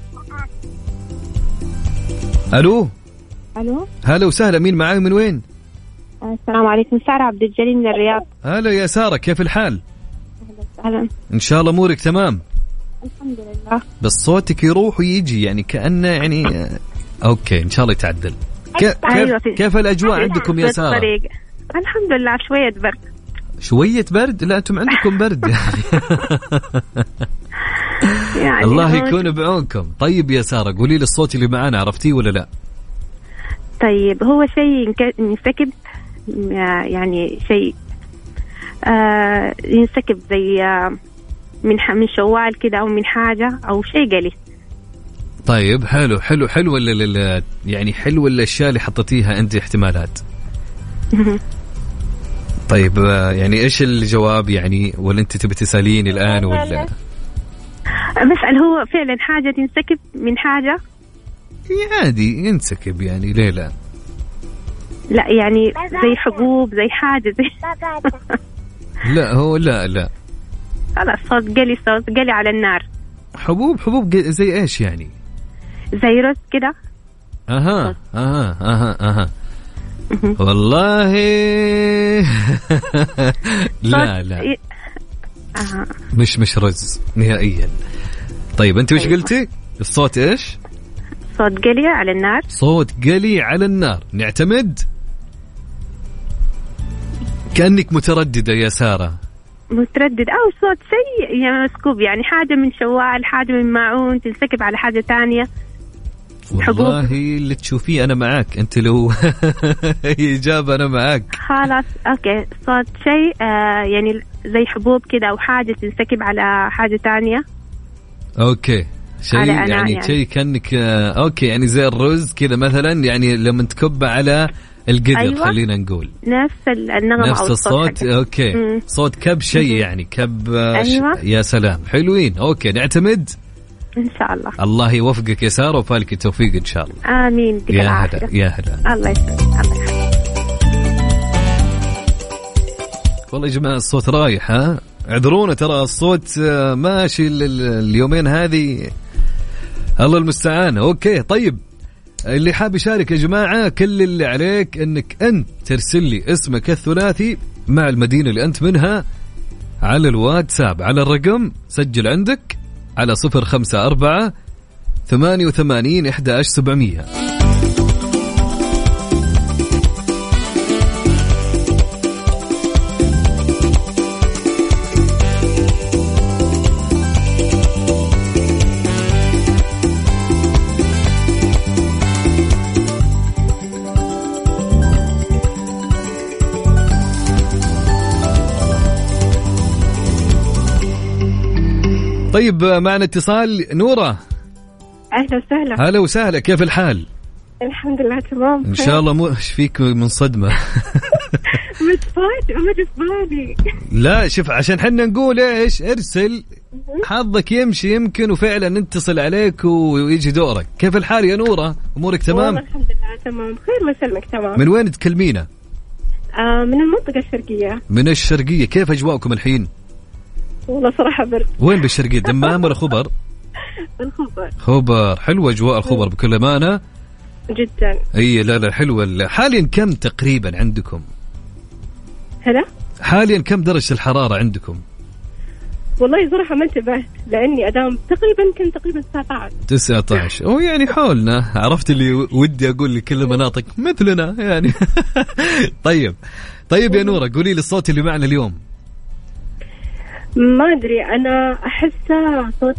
ألو هلا وسهلا، مين معاي من وين؟ السلام عليكم، سارة عبد الجليل من الرياض. هلا يا سارة، كيف الحال؟ أهلا. إن شاء الله أمورك تمام. الحمد لله. بس صوتك يروح ويجي يعني كأنه يعني أوكي إن شاء الله يتعدل. كيف الأجواء عندكم يا سارة؟ الحمد لله شوية برد. شوية برد؟ لا أنتم عندكم برد يعني الله يكون بعونكم. طيب يا سارة قولي لي الصوت اللي معانا عرفتيه ولا لا؟ طيب هو شيء ينسكب، يعني شيء ينسكب زي من شوال كده أو من حاجة أو شيء قلي. طيب حلو ولا يعني حلو الأشياء اللي حطيتيها أنت احتمالات. طيب يعني إيش الجواب يعني، ولا أنت تبي تسأليني الآن ولا؟ بسأل هو فعلا حاجة تنسكب من حاجة. عادي ينسكب يعني ليه لا؟ لا يعني زي حبوب زي حاجة زي لا هو لا خلاص صوت قلي على النار. حبوب زي إيش يعني؟ زي رز كده. أها والله لا مش رز نهائيا. طيب أنت وش قلتي؟ الصوت إيش؟ صوت قلي على النار. صوت قلي على النار. نعتمد. كأنك مترددة يا سارة. متردد أو صوت سيء يعني مسكوب، يعني حاجة من شوال، حاجة من ماعون تنسكب على حاجة تانية. والله اللي تشوفيه أنا معاك، أنت لو إجابة أنا معاك. خلاص أوكي، صوت شيء يعني زي حبوب كده أو حاجة تنسكب على حاجة تانية. أوكي شيء يعني شيء كأنك أوكي يعني زي الرز كذا مثلا، يعني لما تكبه على القدر. أيوة. خلينا نقول نفس النغمة نفس الصوت. أوكي صوت كب شيء يعني كب. أيوة. يا سلام حلوين. أوكي نعتمد إن شاء الله. الله يوفقك يا سارة وفالك التوفيق إن شاء الله. آمين. يا هلا يا هلا. الله يسلمك. الله يحفظك. والله يا جماعة الصوت رايح، ها اعذرونا ترى الصوت ماشي اليومين هذه، الله المستعان. أوكي طيب اللي حاب يشارك يا جماعة كل اللي عليك انك انت ترسل لي اسمك الثلاثي مع المدينة اللي انت منها على الواتساب على الرقم، سجل عندك على 054 88 11700. طيب معنا اتصال. نورة أهلا وسهلا. هلا وسهلا، كيف الحال؟ الحمد لله تمام إن شاء الله. مو إيش فيك من صدمة؟ متفاجئ. لا شوف عشان حنا نقول إيش ارسل حظك يمشي يمكن وفعلا نتصل عليك ويجي دورك. كيف الحال يا نورة؟ أمورك تمام؟ الحمد لله تمام خير الله يسلمك تمام. من وين تكلمينا؟ من المنطقة الشرقية. من الشرقية. كيف أجواءكم الحين؟ والله صراحة برد. وين بالشرقية؟ دمام ولا خبر؟ خبر. حلوة أجواء الخبر بكل أمانة جدا. اي لا حلوة. حاليا كم تقريبا عندكم؟ هلا حاليا كم درجة الحرارة عندكم؟ والله صراحة ما انتبهت لأني أدام تقريبا 19. أو يعني حولنا، عرفت اللي ودي أقول لكل مناطق مثلنا يعني. طيب يا نورة قولي لي الصوت اللي معنا اليوم. ما أدري أنا أحسه صوت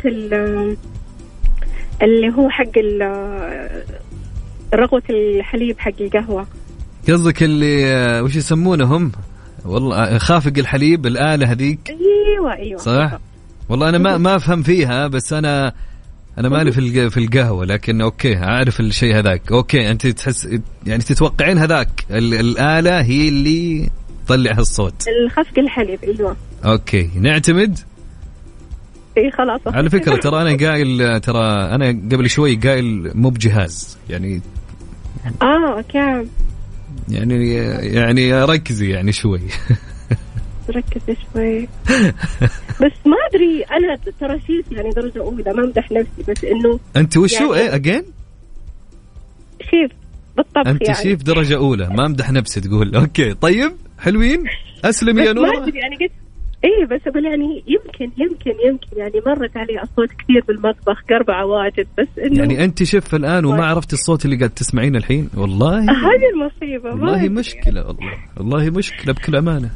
اللي هو حق رغوة الحليب حق القهوة. قصدك اللي وش يسمونهم والله خافق الحليب الآلة هذيك. ايوه صح. والله انا ما افهم فيها، بس انا مالي في القهوة، لكن اوكي اعرف الشيء هذاك. اوكي انت تحس يعني تتوقعين هذاك الآلة هي اللي تطلع هالصوت الخفق الحليب. ايوه اوكي نعتمد. اي خلاص. على فكرة ترى انا قبل شوي قايل مو بجهاز يعني. اوكي يعني ركزي يعني شوي. ركز شوي. بس ما ادري انا ترى شيء يعني درجة اولى، ما امدح نفسي، بس انه انت وشو يعني اجين شيف بالطبخ. انت يعني شيف درجة اولى، ما امدح نفسي تقول. اوكي طيب حلوين. اسلمي يا نور. ما ادري يعني قلت بس اقول يعني يمكن يعني مرت علي اصوات كثير بالمطبخ، قربعة واجد، بس انه يعني انت شف الان وما عرفت الصوت اللي قاعد تسمعين الحين. والله هذه المصيبة. والله مشكلة، والله مشكلة بكل امانة.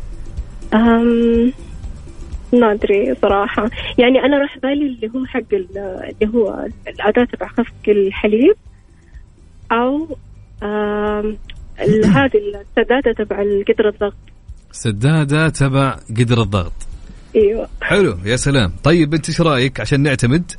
ما ادري صراحة، يعني انا راح بالي اللي هو حق اللي هو الاداة تبع خفق الحليب، او هذه السدادة تبع قدر الضغط. سدادة تبع قدر الضغط. ايوه حلو يا سلام. طيب انت ايش رايك عشان نعتمد؟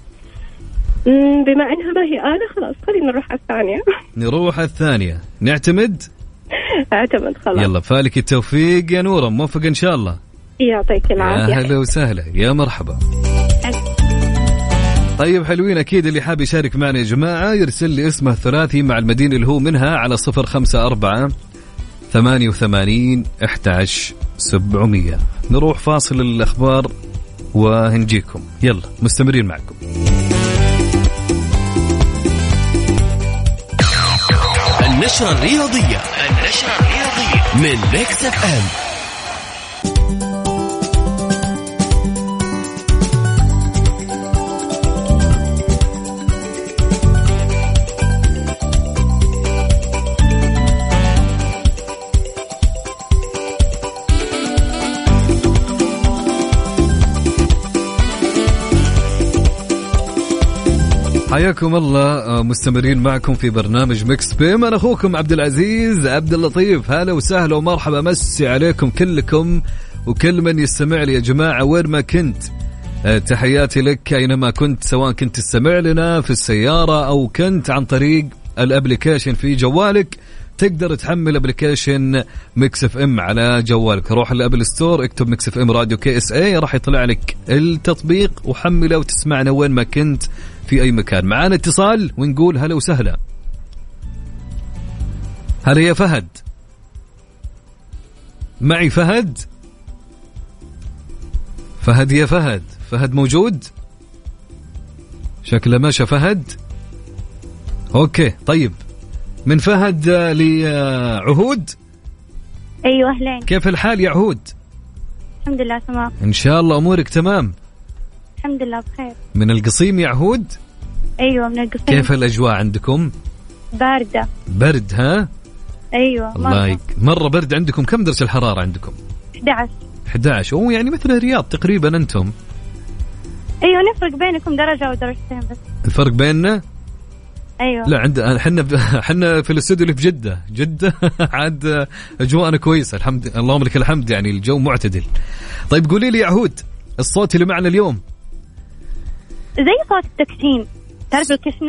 بما انها ما هي آلة خلاص خلينا نروح على الثانية. نروح على الثانية. نعتمد. اعتمد خلاص. يلا فالك التوفيق يا نورة، موفق ان شاء الله. يعطيك العافية. اهلا وسهلا يا مرحبا. طيب حلوين. أكيد اللي حاب يشارك معنا يا جماعة يرسل لي اسمه الثلاثي مع المدينة اللي هو منها على 054-88-11-700. نروح فاصل الأخبار وهنجيكم. يلا مستمرين معكم. النشرة الرياضية من ميكس اف ام. حياكم الله، مستمرين معكم في برنامج ميكس بيم. أنا أخوكم عبد العزيز عبد اللطيف. هلا وسهلا ومرحبا، مسي عليكم كلكم وكل من يستمع لي يا جماعة وين ما كنت. تحياتي لك أينما كنت، سواء كنت تستمع لنا في السيارة أو كنت عن طريق الابليكيشن في جوالك. تقدر تحمل ابليكيشن ميكس اف ام على جوالك. روح الابل ستور، اكتب ميكس اف ام راديو KSA، راح يطلع لك التطبيق وحمله وتسمعنا وين ما كنت في أي مكان. معانا اتصال ونقول هلا وسهلا. هلا يا فهد. معي فهد يا فهد موجود؟ شكله ماشى فهد. أوكي طيب، من فهد لعهود. أيوة أهلين. كيف الحال يا عهود؟ الحمد لله تمام. إن شاء الله أمورك تمام. الحمد لله بخير. من القصيم يا عهود؟ أيوة من القصيم. كيف الأجواء عندكم؟ باردة. برد ها؟ أيوة الله مرة برد عندكم. كم درجة الحرارة عندكم؟ 11. أوه يعني مثل الرياض تقريبا أنتم. أيوة نفرق بينكم درجة أو درجتين بس. الفرق بيننا؟ أيوة. لا عند حنا في الاستوديو اللي في جدة عاد أجواءنا كويسة الحمد لله، اللهم لك الحمد، يعني الجو معتدل. طيب قولي لي يا عهود، الصوت اللي معنا اليوم زي صوت التكشين. تعرف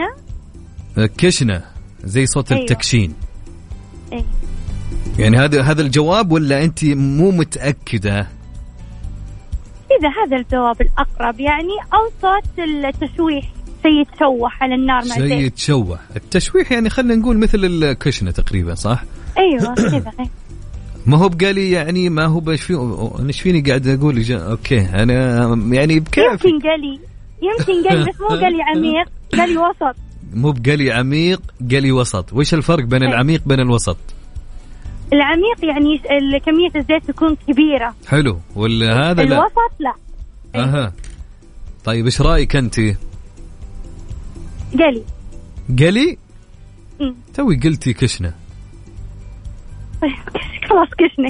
كشنة زي صوت أيوة. التكشين. أيوة. يعني هذا الجواب ولا أنت مو متأكدة؟ إذا هذا الجواب الأقرب يعني، أو صوت التشويح، شيء يتشوح على النار مع زيت. شيء يتشوح. التشويح يعني خلنا نقول مثل الكشنة تقريبا، صح؟ أيوة كذا. ما هو بقالي يعني ما هو ايش فيني قاعد اقول اوكي انا يعني بكيف يمكن قالي بس مو قالي عميق، قالي وسط. مو بقالي عميق، قالي وسط. وش الفرق بين العميق بين الوسط؟ العميق يعني كمية الزيت تكون كبيرة. حلو. ولا هذا لا؟ الوسط لا. اها طيب ايش رايك انت؟ قالي توي قلتي كشنة. خلاص كشنة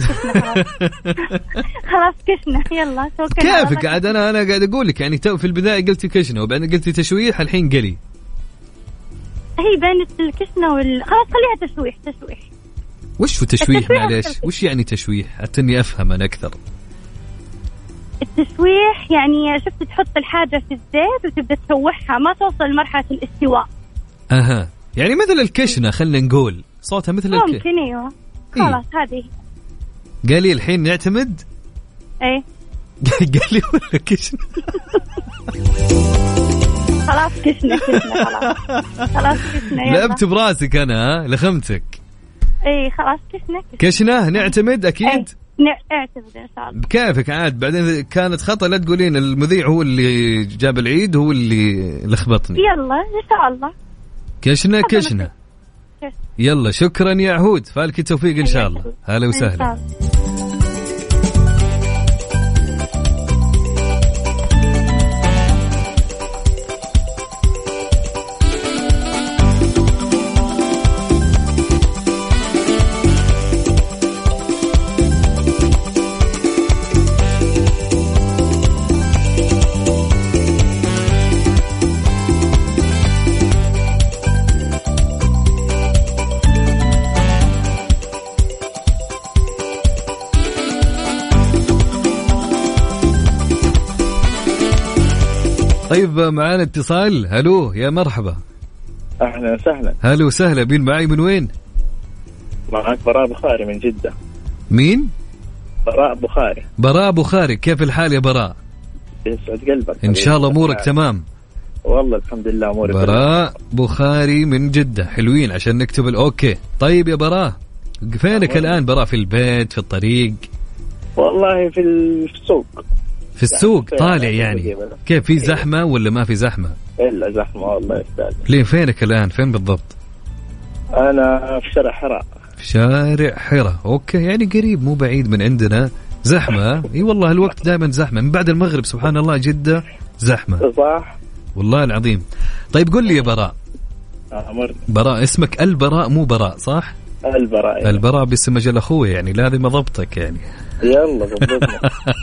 خلاص كشنة. يلا كيف قاعد انا قاعد اقول لك يعني تو في البداية قلتي كشنة وبعدين قلتي تشويح، الحين قلي. هي بين الكشنة خلاص خليها تشويح. وش تشويح؟ معليش وش يعني تشويح؟ حتى اني افهم انا اكثر. التشويح يعني شفت تحط الحاجة في الزيت وتبدأ تشوحها ما توصل لمرحلة الاستواء. اها يعني مثل الكشنة خلنا نقول صوتها مثل ممكن ايوه خلاص هذه. قال لي الحين نعتمد. ايه قال لي ولا كشنة. خلاص كشنة خلاص كشنة. لعبت براسك انا لخمتك. ايه خلاص كشنة نعتمد اكيد. اعتمد ان شاء الله. بكيفك عاد بعدين كانت خطأ لا تقولين المذيع هو اللي جاب العيد هو اللي لخبطني. يلا ان شاء الله كشنة. يلا شكرا يا عهود فالك التوفيق ان شاء الله. هلا وسهلا. طيب معانا اتصال. هلو يا مرحبا. أهلا وسهلا. هلا وسهلا. بين معي من وين؟ معك براء بخاري من جدة. مين؟ براء بخاري. كيف الحال يا براء؟ يسعد قلبك إن شاء الله أمورك تمام. والله الحمد لله أمورك. براء بخاري من جدة حلوين عشان نكتب الأوكي. طيب يا براء فينك الآن براء؟ في البيت في الطريق؟ والله في السوق. في السوق طالع يعني. كيف في زحمة ولا ما في زحمة؟ إلا زحمة والله يستاهل. ليه فينك الآن؟ فين بالضبط؟ أنا في شارع حراء. في شارع حراء. أوكي يعني قريب مو بعيد من عندنا. زحمة إي والله الوقت دائما زحمة من بعد المغرب سبحان الله جدة زحمة صح والله العظيم. طيب قل لي يا براء. براء اسمك البراء مو براء صح؟ البراء. البراء باسم مجال أخوي يعني لازم أضبطك يعني. يلا ضبطنا.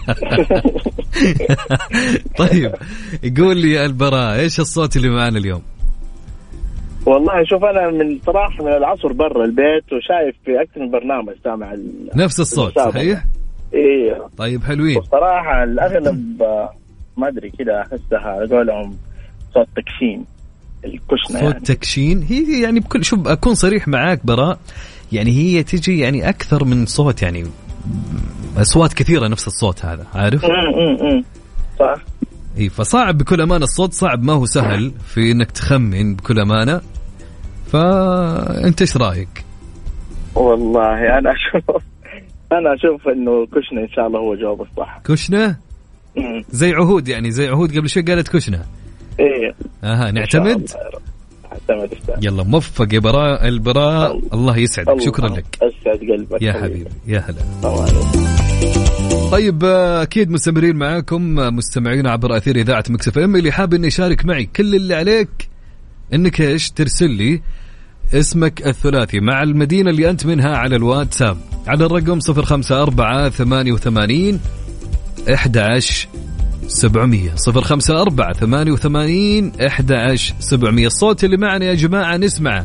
طيب يقول لي يا البراء ايش الصوت اللي معنا اليوم؟ والله شوف انا من صراحه من العصر برا البيت وشايف في اكثر من برنامج سامع نفس الصوت صحيح؟ ايه طيب حلوين. صراحه الاغلب ما ادري كذا احسها قولهم صوت تكشين الكشنه صوت يعني. تكشين هي يعني بكل شوف اكون صريح معاك براء يعني هي تجي يعني اكثر من صوت يعني أصوات كثيرة نفس الصوت هذا عارف؟ صح. إيه فصعب بكل أمانة الصوت صعب ما هو سهل في إنك تخمن بكل أمانة. فأنت إيش رأيك؟ والله أنا أشوف إنه كشنة إن شاء الله هو جواب الصح. كشنة؟ زي عهود يعني زي عهود قبل شوي قالت كشنة. إيه. نعتمد؟ يلا موفق يا براء. البراء الله يسعدك. شكرا لك. أسعد قلبك يا حبيبي. يا هلا. طيب أكيد مستمرين معاكم مستمعين عبر أثير إذاعة مكس اف ام. اللي حاب إنه يشارك معي كل اللي عليك إنك إيش ترسل لي اسمك الثلاثي مع المدينة اللي أنت منها على الواتساب على الرقم 05488 11700 05488 11700. الصوت اللي معنا يا جماعة نسمعه.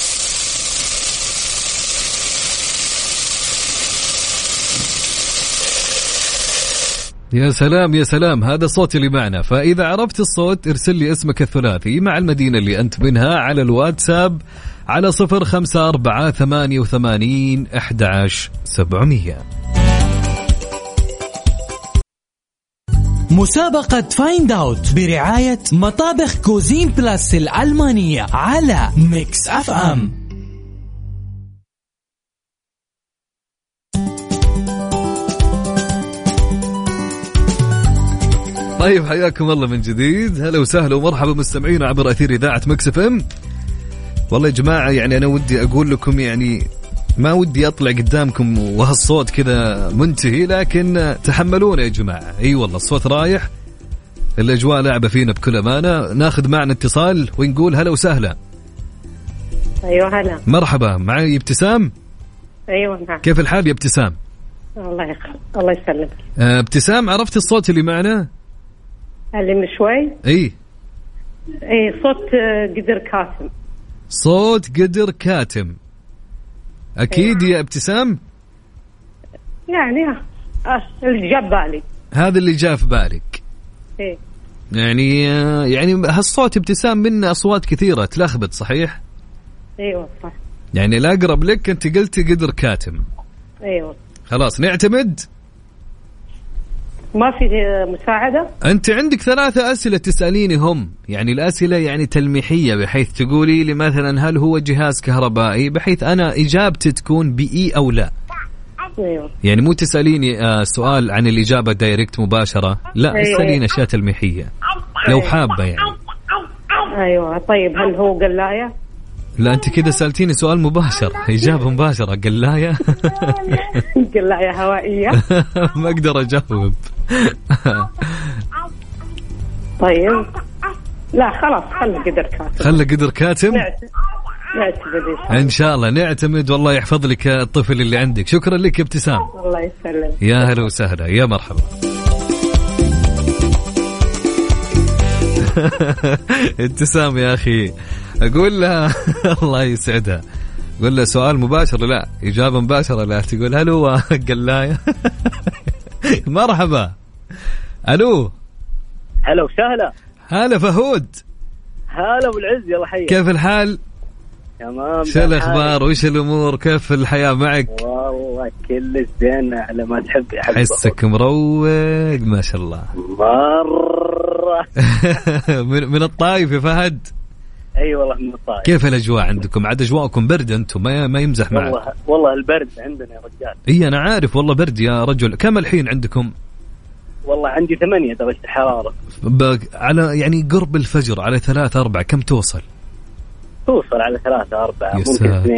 يا سلام يا سلام هذا صوت اللي معنا. فإذا عرفت الصوت ارسل لي اسمك الثلاثي مع المدينة اللي أنت منها على الواتساب على 05488 11700. مسابقة فايند اوت برعاية مطابخ كوزين بلاس الألمانية على ميكس اف ام. طيب حياكم الله من جديد. هلا وسهلا ومرحبا مستمعين عبر أثير إذاعة مكس اف ام. والله يا جماعة يعني أنا ودي أقول لكم يعني ما ودي أطلع قدامكم وهالصوت كذا منتهي لكن تحملونا يا جماعة. أي والله الصوت رايح الأجواء لعبة فينا بكل أمانة. ناخذ معنا اتصال ونقول هلا وسهلا. أيوة هلا. مرحبا معي ابتسام. أيوة نعم. كيف الحال يا ابتسام؟ الله يسلمك. ابتسام عرفت الصوت اللي معنا؟ اللي من شوي؟ اي صوت قدر كاتم. صوت قدر كاتم. أكيد يا ابتسام. يعني اللي جاب بالي. هذا اللي جاء في بالك. إيه. يعني هالصوت ابتسام منه أصوات كثيرة تلخبط، صحيح؟ ايوه صح. يعني الأقرب لك أنت قلتي قدر كاتم. ايوه خلاص نعتمد. ما في مساعدة. أنت عندك 3 أسئلة تسأليني هم، يعني الأسئلة يعني تلميحية، بحيث تقولي لي مثلا هل هو جهاز كهربائي، بحيث أنا إجابتي تكون بإي أو لا. أيوة. يعني مو تسأليني سؤال عن الإجابة دايركت مباشرة، لا. أيوة. تسأليني أشياء تلميحية لو حابة يعني. أيوة. طيب هل هو قلاية؟ لا أنت كده سألتيني سؤال مباشر، إجابة مباشرة. قلاية؟ قلاية هوائية. ما أقدر أجاوب. طيب لا خلاص خلي قدر كاتم. خلي قدر كاتم. نعتمد إن شاء الله نعتمد. والله يحفظ لك الطفل اللي عندك. شكرا لك يا ابتسام. الله يسلم. يا هلا وسهلا، يا مرحبا. ابتسام يا أخي أقول لها الله يسعدها، قول لها سؤال مباشر لا، إجابة مباشرة لا. تقول هل هو قلاية؟ مرحبا. ألو. هلا وسهلا. هلا فهود. هلا والعز، يلا حيا. كيف الحال؟ تمام. شو الأخبار وش الأمور؟ كيف الحياة معك؟ والله كل زين على ما تحب يا حبيبي. حسك مروق ما شاء الله. مرة. من الطايف يا فهد؟ اي والله من الطايف. كيف الأجواء عندكم؟ عاد أجواءكم برد أنتم، ما يمزح معك. والله البرد عندنا يا رجال. إيه أنا عارف والله برد يا رجل. كم الحين عندكم؟ والله عندي 8 درجة الحرارة. على يعني قرب الفجر على 3-4 كم توصل على 3-4 ممكن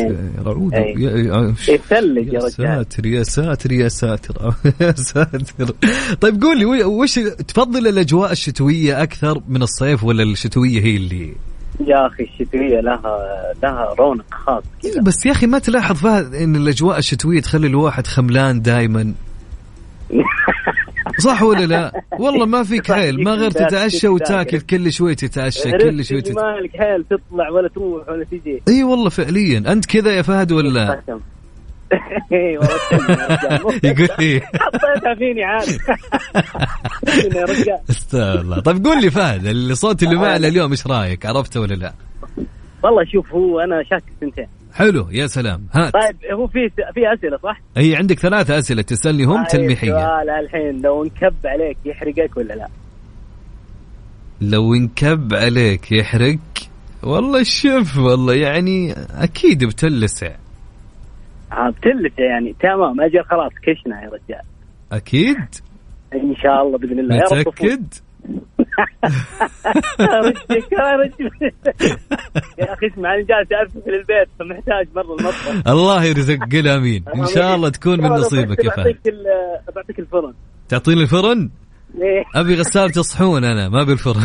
2. يثلج يا رجال. ساتر يا ساتر يا ساتر. يا ساتر. طيب قول لي وش تفضل، الأجواء الشتوية أكثر من الصيف ولا الشتوية هي اللي؟ يا أخي الشتوية لها رونق خاص كذا. بس يا أخي ما تلاحظ فهد إن الأجواء الشتوية تخلي الواحد خملان دايما؟ صح ولا لا؟ والله ما فيك حيل، ما غير تتعشى وتاكل كل شوي، تتعشى كل شوي مالك حيل تطلع ولا تروح ولا تجي. اي والله فعليا. انت كذا يا فهد ولا؟ اي والله. يقول لي حطيتها فيني عارف. يا رجال استغفر. طيب قول لي فهد الصوت اللي معنا اليوم ايش رايك؟ عرفته ولا لا؟ والله شوف هو انا شاك 2. حلو يا سلام. هات. طيب هو في أسئلة صح؟ أي عندك 3 أسئلة تسألني هم تلميحية. سؤال الحين لو انكب عليك يحرقك ولا لا؟ لو انكب عليك يحرق؟ والله شوف والله يعني أكيد بتلسع. بتلسع يعني تمام. أجل خلاص كشنا يا رجال. أكيد إن شاء الله بإذن الله. متأكد؟ يا أخي اسمع أنا جالس أرسل في البيت فمحتاج مرة المطبخ. الله يرزق قل آمين. إن شاء الله تكون من نصيبك يا فهد. بعطيك الفرن. تعطيني الفرن؟ إيه. أبي غسالة تصحون أنا ما بالفرن.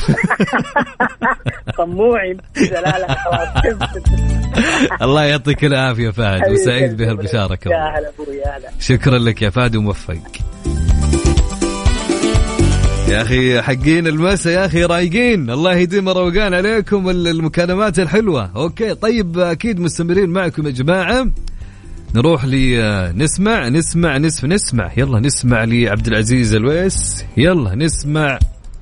طموعي. لا خلاص. الله يعطيك العافية فهد وسعيد بهالبشارة. يا هلا أبوي يا هلا. شكرا لك يا فهد وموفق. يا أخي حقين المسا يا أخي رايقين، الله يديم روقان عليكم المكالمات الحلوة. أوكي طيب أكيد مستمرين معكم يا جماعة. نروح نسمع يلا نسمع لعبد العزيز الويس. يلا نسمع.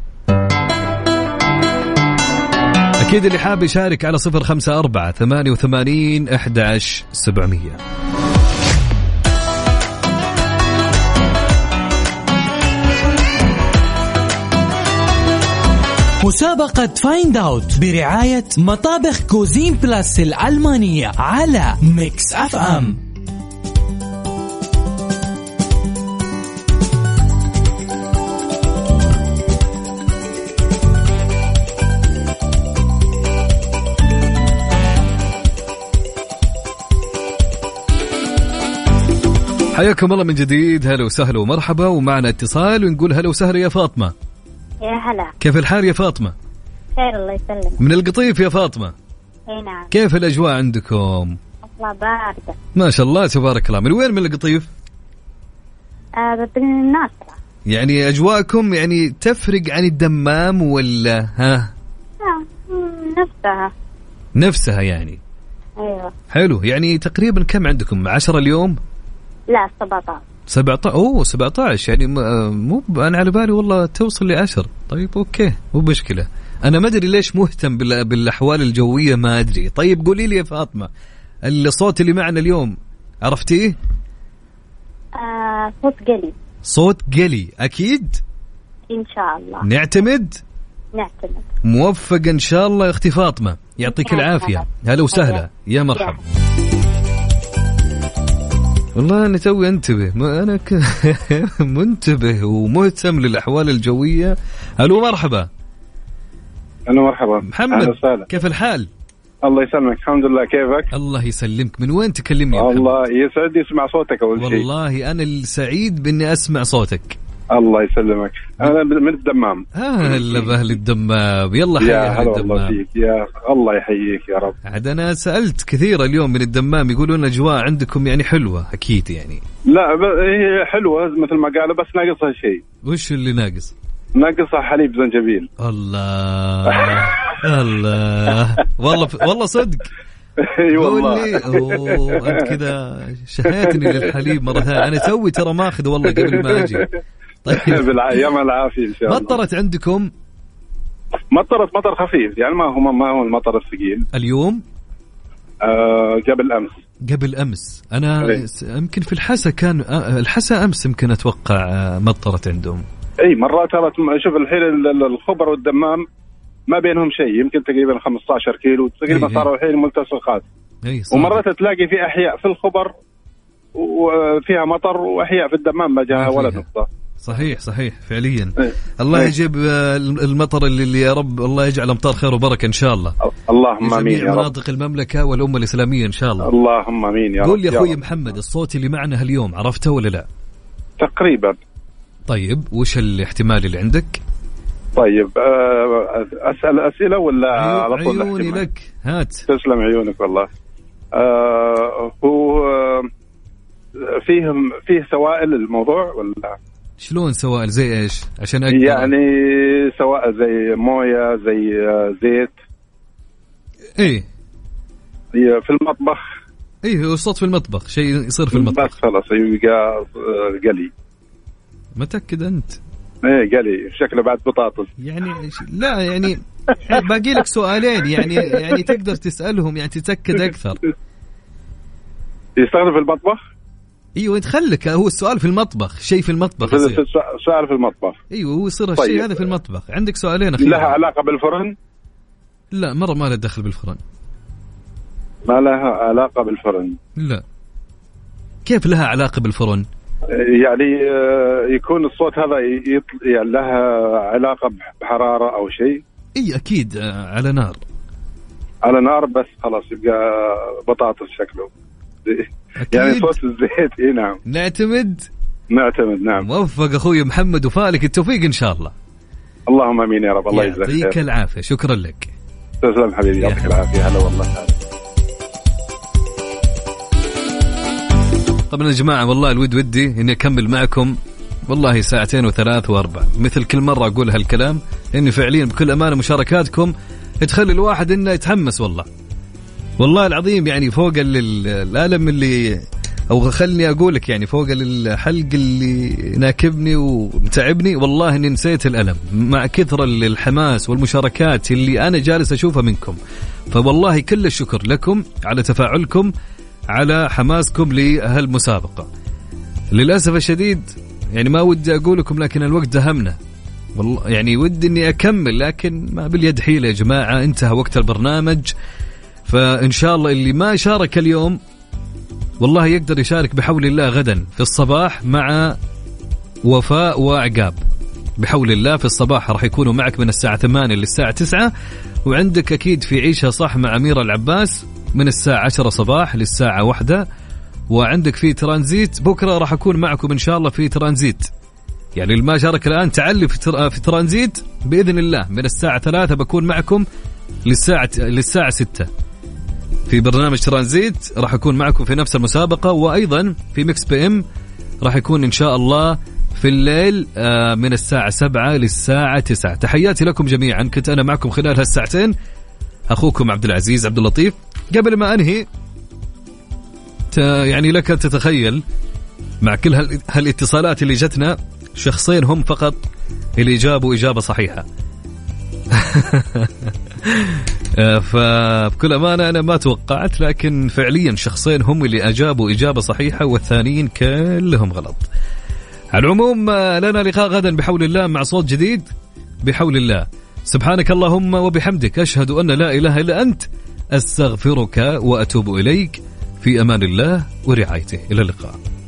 أكيد اللي حاب يشارك على 0548811700. مسابقة فايند اوت برعاية مطابخ كوزين بلاس الألمانية على ميكس اف ام. حياكم الله من جديد. هلا وسهلا ومرحبا، ومعنا اتصال ونقول هلا وسهلا يا فاطمة. يا هلا. كيف الحال يا فاطمة؟ خير الله يسلمك. من القطيف يا فاطمة. اي نعم. كيف الأجواء عندكم؟ والله باردة ما شاء الله تبارك الله. من وين من القطيف؟ من الناصرة. يعني أجواءكم يعني تفرق عن الدمام ولا ها؟ نفسها نفسها يعني. ايوه. حلو، يعني تقريبا كم عندكم 10 اليوم؟ لا 17. 17. اوه 17 يعني مو انا على بالي والله توصل ل10. طيب اوكي مو مشكله. انا ما ادري ليش مهتم بالاحوال الجويه ما ادري. طيب قولي لي يا فاطمه الصوت اللي معنا اليوم عرفتيه؟ صوت قلي. صوت قلي اكيد ان شاء الله. نعتمد موفق ان شاء الله يا اختي فاطمه، يعطيك العافيه. هلا وسهلا يا مرحبا. والله أنا توي أنتبه، أنا منتبه ومهتم للأحوال الجوية. ألو مرحبا. ألو مرحبا محمد، كيف الحال؟ الله يسلمك، الحمد لله. كيفك؟ الله يسلمك. من وين تكلمني؟ الله يسعدني اسمع صوتك أول شيء. والله أنا السعيد بإني أسمع صوتك. الله يسلمك. أنا من الدمام. هلا بأهل الدمام. يلا حيا يا هلا والله فيك. يا الله يحييك يا رب. عاد أنا سألت كثير اليوم من الدمام يقولون أجواء عندكم يعني حلوة أكيد يعني. لا هي حلوة مثل ما قالوا بس ناقصها شيء. وش اللي ناقص؟ ناقصها حليب زنجبيل. الله الله والله صدق. اي والله. انت كذا شهيتني للحليب مرة ثانية. أنا توي ترى ماخذ والله قبل ما أجي. طيب بالعافية العافية إن شاء الله. مطرت عندكم؟ مطرت مطر خفيف يعني ما هو المطر الثقيل. اليوم؟ قبل أمس أنا يمكن في الحسا كان الحسا أمس يمكن أتوقع مطرت عندهم. أي مرات شوف الحين الخبر والدمام ما بينهم شيء، يمكن تقريبا 15 كيلو تقريبا صاروا الحين ملتصقات. ومرات تلاقي في أحياء في الخبر وفيها مطر وأحياء في الدمام ما جاء ولا نقطة. صحيح فعليا. الله يجيب المطر اللي يا رب الله يجعل امطار خير وبركه ان شاء الله. اللهم امين يا رب. مناطق المملكه والامه الاسلاميه ان شاء الله. اللهم امين يا رب. قول لي اخوي محمد الصوت اللي معنا اليوم عرفته ولا لا؟ تقريبا. طيب وش الاحتمال اللي عندك؟ طيب اسال اسئله ولا على طول؟ عيوني لك، هات. تسلم عيونك والله. هو فيه سوائل الموضوع ولا شلون سوائل؟ زي ايش عشان أقدر؟ يعني سواء زي مويه زي زيت. ايه في المطبخ. ايه الصوت في المطبخ، شيء يصير في المطبخ بس خلاص يبقى قلي. متأكد انت؟ ايه قلي شكله بعد بطاطس يعني. لا يعني باقي لك سؤالين يعني تقدر تسألهم يعني تتأكد اكثر. يستخدم في المطبخ؟ ايوه انت خلك هو السؤال في المطبخ، شيء في المطبخ. سؤال في المطبخ. ايوه هو يصير الشيء. طيب. هذا في المطبخ. عندك سؤالين أخير. لها علاقة بالفرن؟ لا مرة ما لها دخل بالفرن. ما لها علاقة بالفرن؟ لا. كيف لها علاقة بالفرن؟ يعني يكون الصوت هذا يعني لها علاقة بحرارة أو شيء؟ اي اكيد على نار. على نار بس خلاص يبقى بطاطس شكله. أكيد. يعني صوت الزيت. اي نعم. نعتمد نعم. موفق اخوي محمد وفالك التوفيق ان شاء الله. اللهم امين يا رب. الله يجزاك خير. يعطيك العافيه. شكرا لك. تسلم حبيبي يعطيك العافيه. هلا والله. طبعا يا جماعه والله ودي اني اكمل معكم والله ساعتين وثلاث واربع مثل كل مره اقول هالكلام، اني فعليا بكل امانه مشاركاتكم تخلي الواحد انه يتحمس والله العظيم. يعني فوق الألم اللي أو خلني أقولك يعني فوق الحلق اللي ناكبني ومتعبني والله إني نسيت الألم مع كثر الحماس والمشاركات اللي أنا جالس أشوفها منكم. فوالله كل الشكر لكم على تفاعلكم على حماسكم لهالمسابقة. للأسف الشديد يعني ما ودي أقول لكم لكن الوقت دهمنا والله. يعني ودي إني أكمل لكن ما باليد حيلة يا جماعة. انتهى وقت البرنامج. فإن شاء الله اللي ما شارك اليوم والله يقدر يشارك بحول الله غدا في الصباح مع وفاء وعقاب. بحول الله في الصباح راح يكونوا معك من الساعة 8 للساعة 9. وعندك أكيد في عيشها صح مع أميرة العباس من الساعة 10 صباح للساعة 1. وعندك في ترانزيت بكرة راح أكون معكم إن شاء الله في ترانزيت. يعني اللي ما شارك الآن تعلي في ترانزيت بإذن الله من الساعة 3 بكون معكم للساعة 6 في برنامج ترانزيت. راح أكون معكم في نفس المسابقة. وأيضا في ميكس بي ام راح يكون إن شاء الله في الليل من الساعة 7 للساعة 9. تحياتي لكم جميعا. كنت أنا معكم خلال هالساعتين أخوكم عبد العزيز عبد اللطيف. قبل ما أنهي يعني لك تتخيل مع كل هالاتصالات اللي جتنا شخصين هم فقط اللي جابوا إجابة صحيحة. فبكل أمانة أنا ما توقعت، لكن فعليا شخصين هم اللي أجابوا إجابة صحيحة والثانيين كلهم غلط. على العموم لنا لقاء غدا بحول الله مع صوت جديد بحول الله. سبحانك اللهم وبحمدك، أشهد أن لا إله إلا أنت، أستغفرك وأتوب إليك. في أمان الله ورعايته، إلى اللقاء.